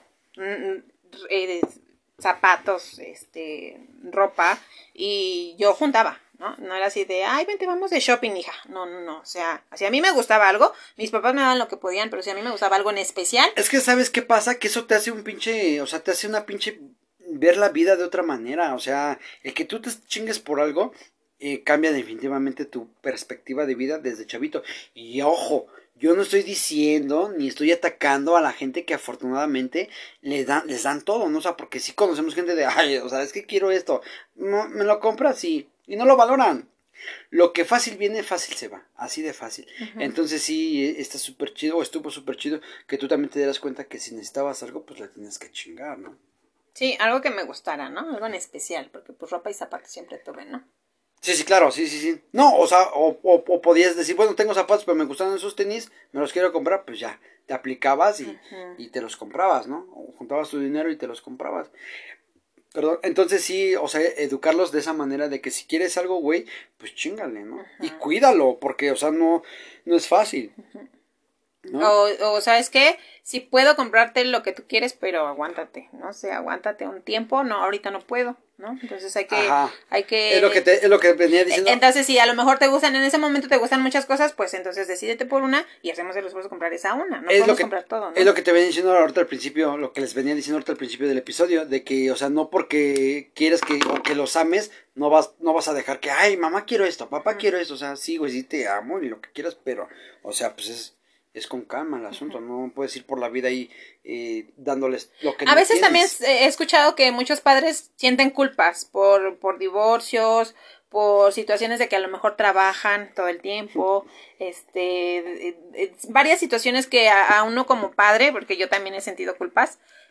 Eh, zapatos, este, ropa, y yo juntaba, ¿no? No era así de, ay, vente, vamos de shopping, hija. No, no, no, o sea, si a mí me gustaba algo, mis papás me daban lo que podían, pero si a mí me gustaba algo en especial. Es que, ¿sabes qué pasa? Que eso te hace un pinche, o sea, te hace una pinche ver la vida de otra manera, o sea, el que tú te chingues por algo, eh, cambia definitivamente tu perspectiva de vida desde chavito. Y ojo, yo no estoy diciendo ni estoy atacando a la gente que afortunadamente les dan, les dan todo, ¿no? O sea, porque sí conocemos gente de, ay, o sea, es que quiero esto, no, me lo compras sí, y no lo valoran. Lo que fácil viene, fácil se va, así de fácil. Uh-huh. Entonces sí, está súper chido, o estuvo súper chido, que tú también te dieras cuenta que si necesitabas algo, pues la tienes que chingar, ¿no? Sí, algo que me gustara, ¿no? Algo en especial, porque pues ropa y zapatos siempre tuve, ¿no? Sí, sí, claro, sí, sí, sí. No, o sea, o, o, o podías decir, bueno, tengo zapatos, pero me gustaron esos tenis, me los quiero comprar, pues ya, te aplicabas y, uh-huh. y te los comprabas, ¿no? O juntabas tu dinero y te los comprabas. Perdón, entonces sí, o sea, educarlos de esa manera de que si quieres algo, güey, pues chingale, ¿no? Uh-huh. Y cuídalo, porque, o sea, no, no es fácil. Uh-huh. ¿No? O, o, ¿sabes qué? Sí puedo comprarte lo que tú quieres, pero aguántate, ¿no? O sea, aguántate un tiempo, no, ahorita no puedo, ¿no? Entonces hay que... Ajá. hay que es, lo que te, es lo que venía diciendo. Entonces, si a lo mejor te gustan, en ese momento te gustan muchas cosas, pues entonces decídete por una y hacemos el esfuerzo de comprar esa una, no es podemos lo que, comprar todo, ¿no? Es lo que te venía diciendo ahorita al principio, lo que les venía diciendo ahorita al principio del episodio, de que, o sea, no porque quieres que, o que los ames, no vas, no vas a dejar que, ay, mamá quiero esto, papá uh-huh. quiero esto, o sea, sí, güey, sí te amo y lo que quieras, pero, o sea, pues es... es con calma el asunto, uh-huh. no puedes ir por la vida ahí eh, dándoles lo que a no veces tienes. También he escuchado que muchos padres sienten culpas por, por divorcios, por situaciones de que a lo mejor trabajan todo el tiempo, este, eh, eh, varias situaciones que a, a uno como padre, porque yo también he sentido culpas,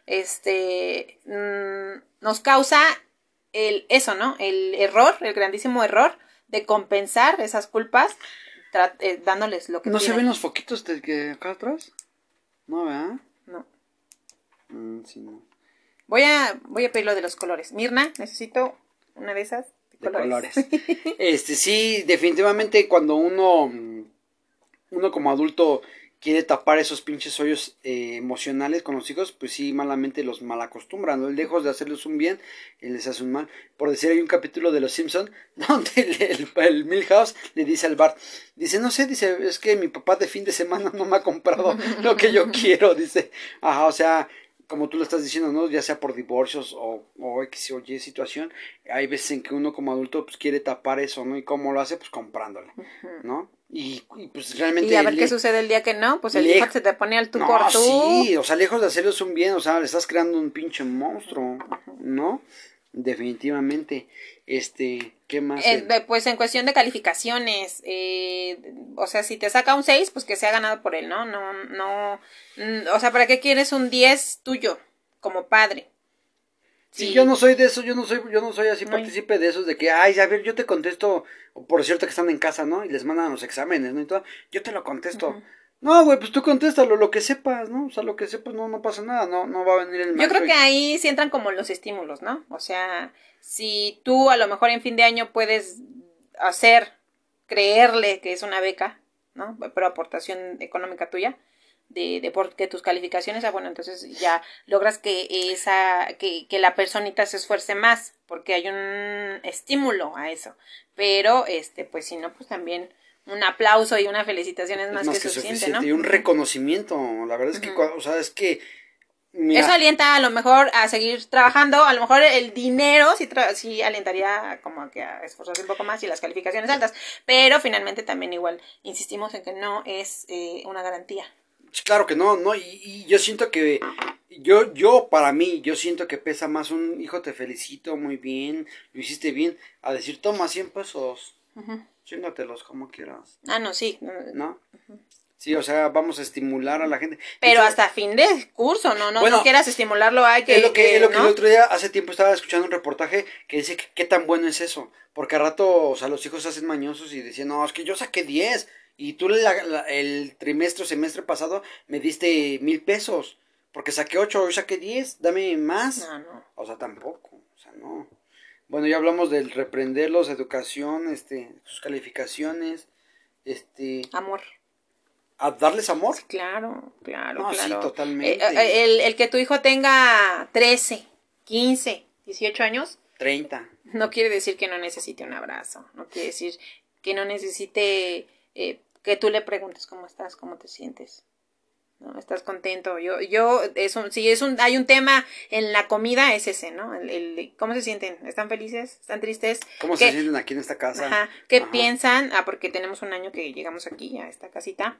este, mmm, nos causa el, eso, ¿no? El error, el grandísimo error de compensar esas culpas eh, dándoles lo que ¿No piden. se ven los foquitos de que acá atrás? No, ¿verdad? No. Mm, sí, no. Voy a, voy a pedir lo de los colores. Mirna, necesito una de esas de, de colores. colores. Este, sí, definitivamente cuando uno, uno como adulto quiere tapar esos pinches hoyos eh, emocionales con los hijos, pues sí, malamente los malacostumbran, ¿no? Lejos de hacerles un bien, él les hace un mal. Por decir, hay un capítulo de Los Simpson donde el, el, el Milhouse le dice al Bart, dice, no sé, dice, es que mi papá de fin de semana no me ha comprado lo que yo quiero, dice, ajá, o sea, como tú lo estás diciendo, ¿no? Ya sea por divorcios o, o X o Y situación, hay veces en que uno como adulto pues quiere tapar eso, ¿no? ¿Y cómo lo hace? Pues comprándole, ¿no? Y, y pues realmente... Y a ver le, qué sucede el día que no, pues el le, hijo se te pone al tú no, por tú. sí, o sea, lejos de hacerles un bien, o sea, le estás creando un pinche monstruo, ¿no? Definitivamente, este, ¿qué más? Eh, pues en cuestión de calificaciones, eh, o sea, si te saca un seis, pues que sea ganado por él, ¿no? No, no, o sea, ¿para qué quieres un diez tuyo como padre? Sí, sí, yo no soy de eso, yo no soy, yo no soy así Ay. partícipe de esos, de que, ay, a ver, yo te contesto, por cierto que están en casa, ¿no? Y les mandan los exámenes, ¿no? Y todo, yo te lo contesto. Uh-huh. No, güey, pues tú contéstalo, lo que sepas, ¿no? O sea, lo que sepas, no, no pasa nada, no, no va a venir el maestro. Yo creo y... que ahí sí entran como los estímulos, ¿no? O sea, si tú a lo mejor en fin de año puedes hacer, creerle que es una beca, ¿no? Pero aportación económica tuya, de, de porque tus calificaciones, ah, bueno, entonces ya logras que esa, que, que la personita se esfuerce más, porque hay un estímulo a eso. Pero, este, pues si no, pues también un aplauso y una felicitación es, es más, más que, que suficiente, suficiente, ¿no? Y un reconocimiento, la verdad es que, uh-huh. o sea, es que mira. Eso alienta a lo mejor a seguir trabajando, a lo mejor el dinero sí, tra- sí alientaría como a que a esforzarse un poco más y las calificaciones altas, pero finalmente también igual insistimos en que no es eh, una garantía. Claro que no, no, y, y yo siento que, yo, yo, para mí, yo siento que pesa más un hijo, te felicito, muy bien, lo hiciste bien, a decir, toma cien pesos, uh-huh. Chíngatelos como quieras. Ah, no, sí. ¿No? Uh-huh. Sí, o sea, vamos a estimular a la gente. Pero hecho, hasta fin de curso, ¿no? No, bueno, no quieras estimularlo, hay que... Es lo que, que es lo que ¿no? el otro día, hace tiempo estaba escuchando un reportaje que dice que qué tan bueno es eso, porque a rato, o sea, los hijos se hacen mañosos y decían, no, es que yo saqué diez, y tú la, la, el trimestre o semestre pasado me diste mil pesos, porque saqué ocho, hoy saqué diez, dame más. No, no. O sea, tampoco, o sea, no. Bueno, ya hablamos del reprenderlos, educación, este, sus calificaciones, este... Amor. ¿A darles amor? Sí, claro, claro, no, claro. Sí, totalmente. Eh, el, el que tu hijo tenga trece, quince, dieciocho años. treinta. No quiere decir que no necesite un abrazo. No quiere decir que no necesite eh, que tú le preguntes cómo estás, cómo te sientes. ¿No? ¿Estás contento? Yo, yo, es un, si es un, hay un tema en la comida, es ese, ¿no? El, el, ¿cómo se sienten? ¿Están felices? ¿Están tristes? ¿Cómo ¿Qué, se sienten aquí en esta casa? Ajá, ¿qué ajá. piensan? Ah, porque tenemos un año que llegamos aquí a esta casita.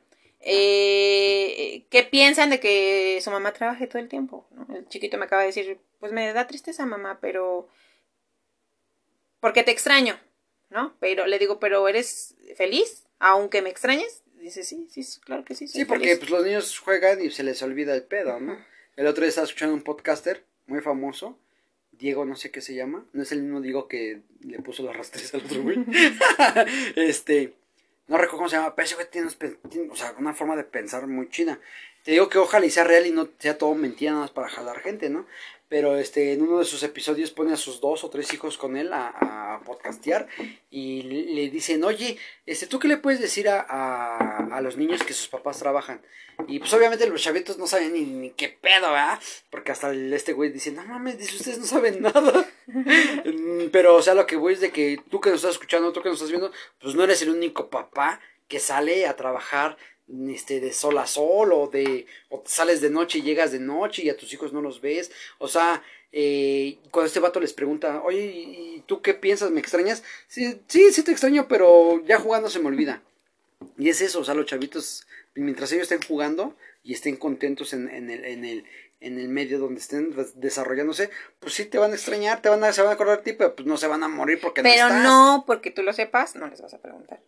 Eh, ¿Qué piensan de que su mamá trabaje todo el tiempo? ¿No? El chiquito me acaba de decir, pues me da tristeza, mamá, pero porque te extraño, ¿no? Pero le digo, ¿pero eres feliz? Aunque me extrañes. Dice, sí, sí, claro que sí. Sí, porque feliz. Pues los niños juegan y se les olvida el pedo, ¿no? Uh-huh. El otro día estaba escuchando un podcaster muy famoso, Diego no sé qué se llama, no es el mismo Diego que le puso las rastrillas al otro güey. este, no recuerdo cómo se llama, pero ese güey tiene, tiene, o sea, una forma de pensar muy china. Te digo que ojalá y sea real y no sea todo mentira nada más para jalar gente, ¿no? Pero este, en uno de sus episodios pone a sus dos o tres hijos con él a, a podcastear y le, le dicen, oye, este, ¿tú qué le puedes decir a, a, a los niños que sus papás trabajan? Y pues obviamente los chavitos no saben ni, ni qué pedo, ¿verdad? Porque hasta el, este güey dice, no mames, dice, ustedes no saben nada. Pero, o sea, lo que voy es de que tú que nos estás escuchando, tú que nos estás viendo, pues no eres el único papá que sale a trabajar este de sol a sol o de o sales de noche y llegas de noche y a tus hijos no los ves, o sea, eh, cuando este vato les pregunta, oye, ¿y tú qué piensas? ¿Me extrañas? Sí, sí, sí te extraño, pero ya jugando se me olvida. Y es eso, o sea, los chavitos, mientras ellos estén jugando y estén contentos en, en el, en el en el medio donde estén desarrollándose, pues sí te van a extrañar, te van a, se van a acordar de ti, pero pues no se van a morir porque pero no estás. Pero no, porque tú lo sepas, no les vas a preguntar.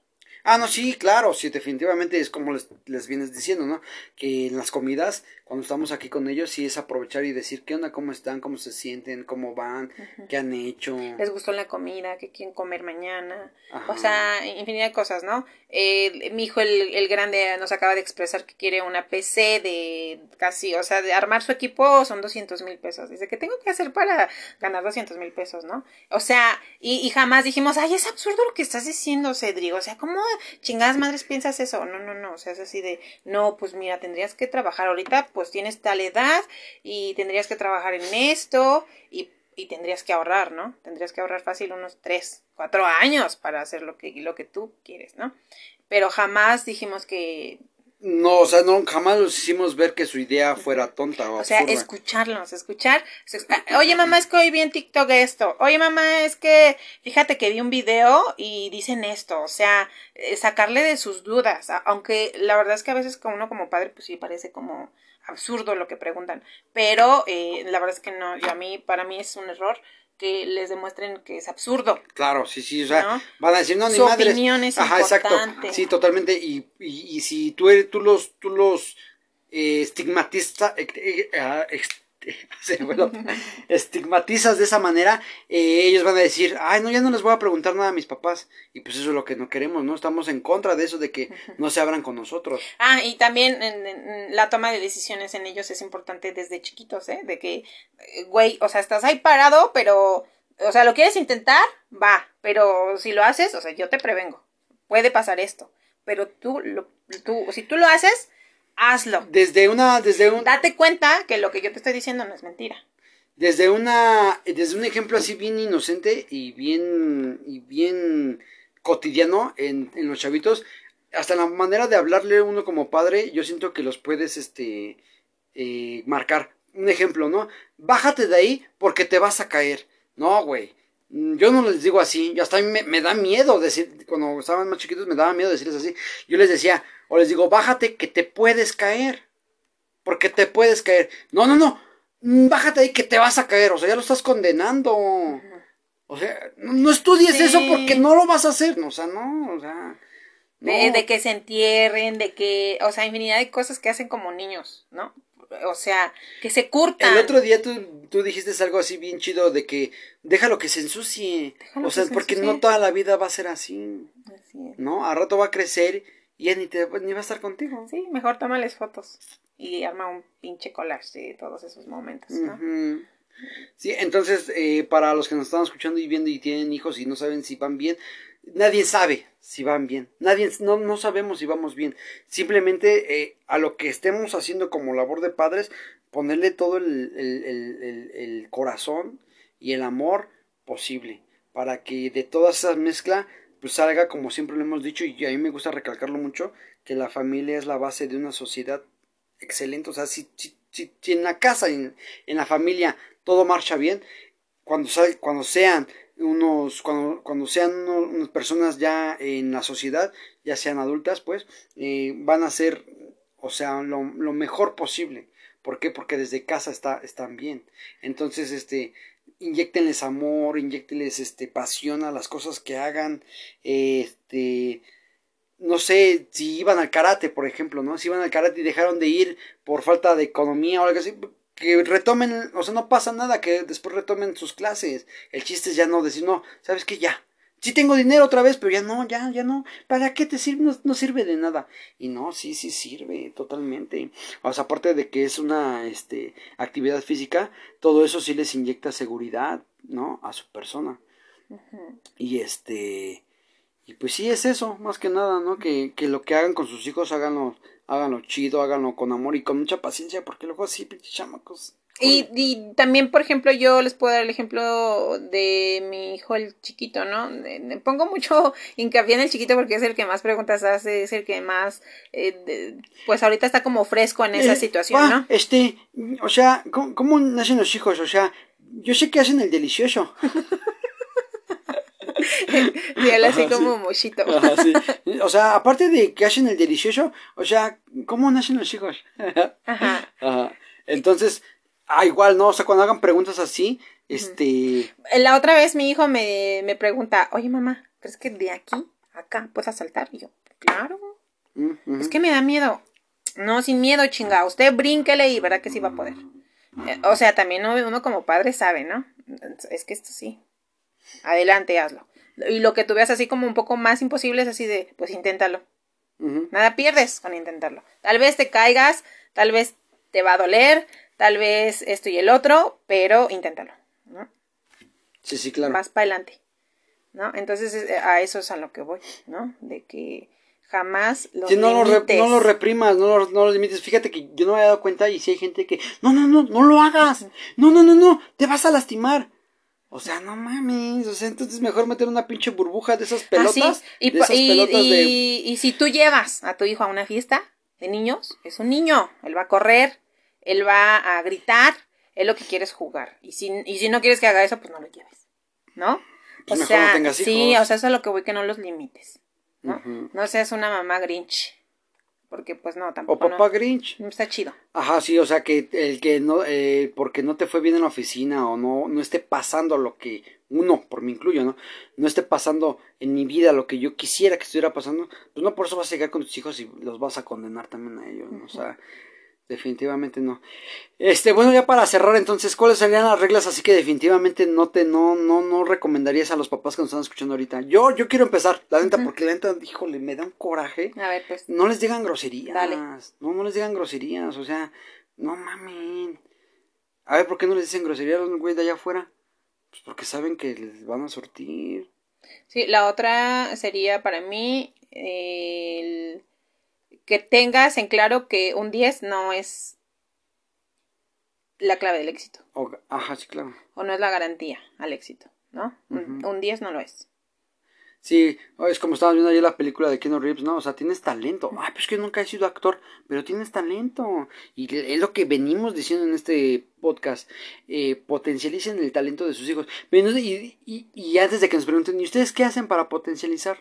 Ah, no, sí, claro, sí, definitivamente es como les, les vienes diciendo, ¿no? Que en las comidas, cuando estamos aquí con ellos, sí es aprovechar y decir qué onda, cómo están, cómo se sienten, cómo van, uh-huh. qué han hecho. Les gustó la comida, qué quieren comer mañana. Ajá. O sea, infinidad de cosas, ¿no? Eh, mi hijo, el, el grande, nos acaba de expresar que quiere una P C de casi, o sea, de armar su equipo son doscientos mil pesos. Dice, ¿qué tengo que hacer para ganar doscientos mil pesos, no? O sea, y, y jamás dijimos, ay, es absurdo lo que estás diciendo, Cedric. O sea, ¿cómo chingadas madres piensas eso? No, no, no. O sea, es así de, no, pues mira, tendrías que trabajar ahorita, pues tienes tal edad y tendrías que trabajar en esto y y tendrías que ahorrar, ¿no? Tendrías que ahorrar fácil unos tres, cuatro años para hacer lo que, lo que tú quieres, ¿no? Pero jamás dijimos que... No, o sea, no, jamás los hicimos ver que su idea fuera tonta o, o sea, absurda. Escucharlos, escuchar. Oye, mamá, es que hoy vi en TikTok esto. Oye, mamá, es que fíjate que vi un video y dicen esto. O sea, sacarle de sus dudas. Aunque la verdad es que a veces con uno como padre, pues sí parece como absurdo lo que preguntan, pero eh, la verdad es que no, yo a mí, para mí es un error que les demuestren que es absurdo. Claro, sí, sí, o sea, ¿no? van a decir, no, ni Su madres. opinión es Ajá, importante. Exacto, sí, totalmente, y, y, y si tú, eres, tú los, tú los eh, estigmatiza, eh, eh, eh, sí, bueno, estigmatizas de esa manera, eh, ellos van a decir, ay, no, ya no les voy a preguntar nada a mis papás, y pues eso es lo que no queremos, ¿no? Estamos en contra de eso, de que no se abran con nosotros. Ah, y también en, en, la toma de decisiones en ellos es importante desde chiquitos, ¿eh? De que, güey, o sea, estás ahí parado, pero, o sea, ¿lo quieres intentar? Va, pero si lo haces, o sea, yo te prevengo, puede pasar esto, pero tú, lo, tú si tú lo haces, hazlo. Desde una, desde un... Date cuenta que lo que yo te estoy diciendo no es mentira. Desde una, desde un ejemplo así bien inocente y bien, y bien cotidiano en, en los chavitos, hasta la manera de hablarle uno como padre, yo siento que los puedes, este, eh, marcar. Un ejemplo, ¿no? Bájate de ahí porque te vas a caer. No, güey. Yo no les digo así, y hasta a mí me, me da miedo decir, cuando estaban más chiquitos me daba miedo decirles así. Yo les decía, o les digo, bájate que te puedes caer. Porque te puedes caer. No, no, no. Bájate ahí que te vas a caer. O sea, ya lo estás condenando. Uh-huh. O sea, no, no estudies sí. eso porque no lo vas a hacer. No, o sea, no, o sea. No. De, de que se entierren, de que, o sea, infinidad de cosas que hacen como niños, ¿no? O sea, que se curtan. El otro día tú, tú dijiste algo así bien chido de que déjalo que se ensucie. Déjalo o sea, porque ensucie. No toda la vida va a ser así. Así es. ¿No? A rato va a crecer y ya ni, te, ni va a estar contigo. Sí, mejor tómales fotos y arma un pinche collage de todos esos momentos, ¿no? Uh-huh. Sí, entonces, eh, para los que nos están escuchando y viendo y tienen hijos y no saben si van bien, nadie sabe si van bien, nadie, no, no sabemos si vamos bien, simplemente eh, a lo que estemos haciendo como labor de padres, ponerle todo el, el, el, el, el corazón y el amor posible, para que de toda esa mezcla, pues salga, como siempre lo hemos dicho, y a mí me gusta recalcarlo mucho, que la familia es la base de una sociedad excelente. O sea, si, si, si, si en la casa, en, en la familia, todo marcha bien, cuando, cuando sean unos, cuando, cuando sean unas personas ya en la sociedad, ya sean adultas, pues, eh, van a ser, o sea, lo, lo mejor posible. ¿Por qué? Porque desde casa está, están bien. Entonces, este, inyéctenles amor, inyéctenles, este, pasión a las cosas que hagan, este... no sé, si iban al karate, por ejemplo, ¿no? Si iban al karate y dejaron de ir por falta de economía o algo así, que retomen, o sea, no pasa nada, que después retomen sus clases. El chiste es ya no decir, no, ¿sabes qué? Ya. Sí tengo dinero otra vez, pero ya no, ya, ya no. ¿Para qué te sirve? No, no sirve de nada. Y no, sí, sí sirve, totalmente. O sea, aparte de que es una, este, actividad física, todo eso sí les inyecta seguridad, ¿no? A su persona. Uh-huh. Y este... Y pues sí es eso, más que nada, ¿no? Que, que lo que hagan con sus hijos, háganlo, háganlo chido, háganlo con amor y con mucha paciencia, porque luego así, pinches chamacos. Y, y también, por ejemplo, yo les puedo dar el ejemplo de mi hijo, el chiquito, ¿no? Me pongo mucho hincapié en el chiquito porque es el que más preguntas hace, es el que más, eh, de, pues ahorita está como fresco en esa eh, situación, ah, ¿no? Este, o sea, ¿cómo, ¿cómo nacen los hijos? O sea, yo sé que hacen el delicioso. Sí, él así Ajá, como sí. mochito. Ajá, sí. O sea, aparte de que hacen el delicioso, o sea, ¿cómo nacen los hijos? Ajá. Ajá. Entonces, ah, igual, ¿no? O sea, cuando hagan preguntas así, este... La otra vez mi hijo me, me pregunta, oye mamá, ¿crees que de aquí acá, ¿puedes asaltar? Y yo, claro. Uh-huh. Es que me da miedo. No, sin miedo, chinga. Usted brínquele y verá que sí va a poder. Eh, o sea, también uno, uno como padre sabe, ¿no? Es que esto sí. Adelante, hazlo. Y lo que tú veas así como un poco más imposible es así de, pues inténtalo. Uh-huh. Nada pierdes con intentarlo. Tal vez te caigas, tal vez te va a doler, tal vez esto y el otro, pero inténtalo, ¿no? Sí, sí, claro. Más para adelante, ¿no? Entonces a eso es a lo que voy, ¿no? De que jamás los sí, no limites. Lo re, no lo reprimas, no lo, no lo limites. Fíjate que yo no me he dado cuenta y si hay gente que, no, no, no, no lo hagas. No, no, no, no, te vas a lastimar. O sea, no mames, o sea, entonces mejor meter una pinche burbuja de esas pelotas. Ah, sí. y, de esas y, pelotas y, de... y si tú llevas a tu hijo a una fiesta de niños, es un niño, él va a correr, él va a gritar, él lo que quiere es jugar. Y si, y si no quieres que haga eso, pues no lo lleves, ¿no? Pues o mejor sea, no tengas hijos. Sí, o sea, eso es a lo que voy, que no los limites, ¿no? Uh-huh. No seas una mamá Grinch. Porque pues no, tampoco. O papá no, Grinch. No está chido. Ajá, sí, o sea que el que no, eh, porque no te fue bien en la oficina o no, no esté pasando lo que uno, por mí incluyo, ¿no? No esté pasando en mi vida lo que yo quisiera que estuviera pasando, pues no por eso vas a llegar con tus hijos y los vas a condenar también a ellos, ¿no? Uh-huh. O sea, definitivamente no. Este, bueno, ya para cerrar entonces, ¿cuáles serían las reglas? Así que definitivamente no te, no, no, no recomendarías a los papás que nos están escuchando ahorita. Yo, yo quiero empezar, la neta, uh-huh. porque la neta, híjole, me da un coraje. A ver, pues. No les digan groserías. Dale. No, no les digan groserías, o sea, no mamen. A ver, ¿por qué no les dicen groserías a los güeyes de allá afuera? Pues porque saben que les van a sortir. Sí, la otra sería para mí el... que tengas en claro que un diez no es la clave del éxito. O, ajá, sí, claro. O no es la garantía al éxito, ¿no? Uh-huh. Un diez no lo es. Sí, es como estábamos viendo ayer la película de Keanu Reeves, ¿no? O sea, tienes talento. Ay, pues que nunca he sido actor, pero tienes talento. Y es lo que venimos diciendo en este podcast. Eh, potencialicen el talento de sus hijos. Y, y, y antes de que nos pregunten, ¿y ustedes qué hacen para potencializar?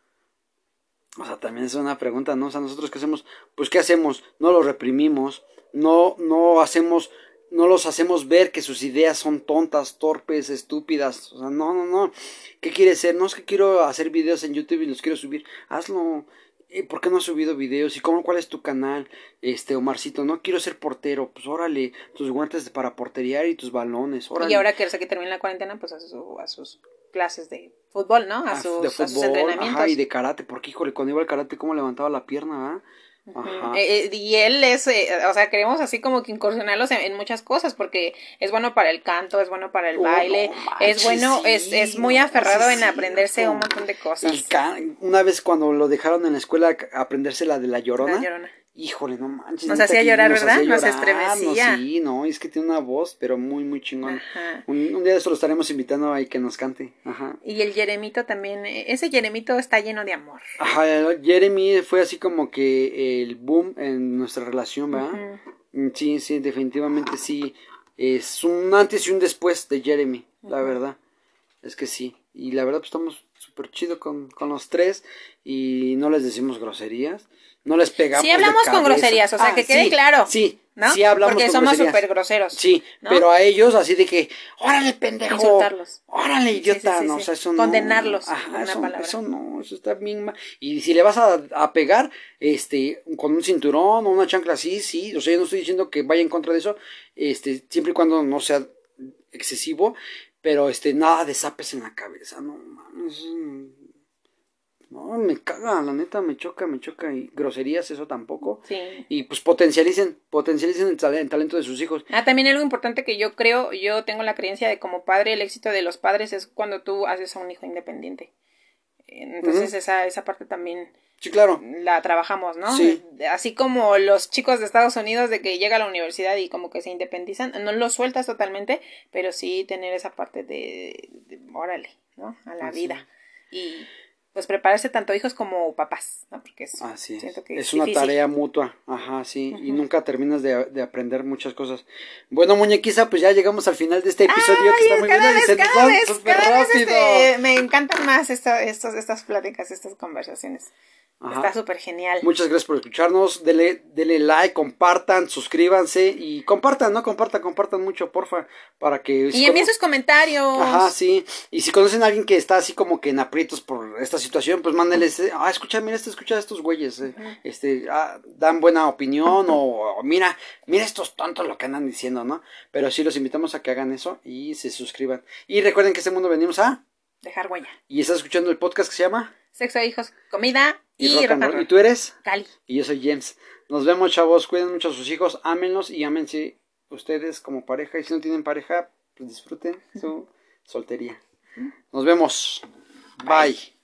O sea, también es una pregunta, ¿no? O sea, nosotros qué hacemos, pues qué hacemos, no lo reprimimos, no, no hacemos, no los hacemos ver que sus ideas son tontas, torpes, estúpidas, o sea, no, no, no, ¿qué quieres ser? No es que quiero hacer videos en YouTube y los quiero subir, hazlo. ¿Por qué no has subido videos? ¿Y cómo, cuál es tu canal? Este, Omarcito, no quiero ser portero, pues órale, tus guantes para porterear y tus balones, órale. Y ahora que se que termina la cuarentena, pues a, su, a sus clases de fútbol, ¿no? A sus, de fútbol, a sus entrenamientos. Ajá, y de karate, porque híjole, cuando iba al karate, cómo levantaba la pierna, ¿ah? Ajá. Eh, y él es, eh, o sea, queremos así como que incursionarlos en, en muchas cosas, porque es bueno para el canto, es bueno para el oh, baile, no manches, es bueno, sí, es, es muy aferrado en aprenderse cierto. Un montón de cosas. Y ca- una vez cuando lo dejaron en la escuela aprenderse la de la Llorona, la Llorona. Híjole, no manches. Nos hacía llorar, nos ¿verdad? Hacía nos llorar, estremecía. No, sí, no, es que tiene una voz, pero muy, muy chingón. Un, un día de eso lo estaremos invitando ahí que nos cante. Ajá. Y el Jeremito también, ese Jeremito está lleno de amor. Ajá, Jeremy fue así como que el boom en nuestra relación, ¿verdad? Uh-huh. Sí, sí, definitivamente sí. Es un antes y un después de Jeremy, uh-huh. la verdad. Es que sí. Y la verdad, pues estamos súper chido con, con los tres y no les decimos groserías. No les pegamos. Sí hablamos con groserías, o sea, ah, que quede sí, claro. Sí, ¿no? sí hablamos Porque con somos groserías. súper groseros. Sí, ¿no? pero a ellos así de que, órale, pendejo. Insultarlos. Órale, idiota. Sí, sí, sí, no, sí. O sea, eso Condenarlos. no. Ajá, una eso, palabra. eso no, eso está bien mal. Y si le vas a, a pegar, este, con un cinturón o una chancla así, sí. O sea, yo no estoy diciendo que vaya en contra de eso, este, siempre y cuando no sea excesivo, pero este, nada de zapes en la cabeza, no mames. No, me caga, la neta, me choca, me choca. Y groserías, eso tampoco. Sí. Y pues potencialicen, potencialicen el, tal- el talento de sus hijos. Ah, también algo importante que yo creo, yo tengo la creencia de como padre, el éxito de los padres es cuando tú haces a un hijo independiente. Entonces uh-huh. esa, esa parte también sí, claro. la trabajamos, ¿no? Sí. Así como los chicos de Estados Unidos de que llega a la universidad y como que se independizan, no los sueltas totalmente, pero sí tener esa parte de, de, de órale, ¿no? A la ah, vida. Sí. Y pues prepararse tanto hijos como papás, ¿no? Porque es, Así siento que es, es una difícil. tarea mutua, ajá, sí, uh-huh. y nunca terminas de, de aprender muchas cosas. Bueno, muñequiza, pues ya llegamos al final de este episodio. Ay, que está muy cada bien vez, y se cada nos vez, súper cada rápido. Vez este, me encantan más esta, estos, estas pláticas, estas conversaciones. Ajá. Está súper genial. Muchas gracias por escucharnos. Dele, dele like, compartan, suscríbanse y compartan, ¿no? Compartan, compartan mucho, porfa, para que... Y envíen sus comentarios. Ajá, sí. Y si conocen a alguien que está así como que en aprietos por esta situación, pues mándenles, ah, escucha, mira, este, escucha a estos güeyes, eh, Ujú. este, ah, dan buena opinión, o, o mira, mira estos tontos lo que andan diciendo, ¿no? Pero sí los invitamos a que hagan eso y se suscriban. Y recuerden que este mundo venimos a... Dejar huella. Y estás escuchando el podcast que se llama... Sexo, hijos, comida Y, y, rock rock and and roll. roll. ¿Y tú eres? Cali. Y yo soy James. Nos vemos, chavos. Cuiden mucho a sus hijos. Ámenlos y ámense ustedes como pareja. Y si no tienen pareja, pues disfruten su soltería. Nos vemos. Bye. Bye.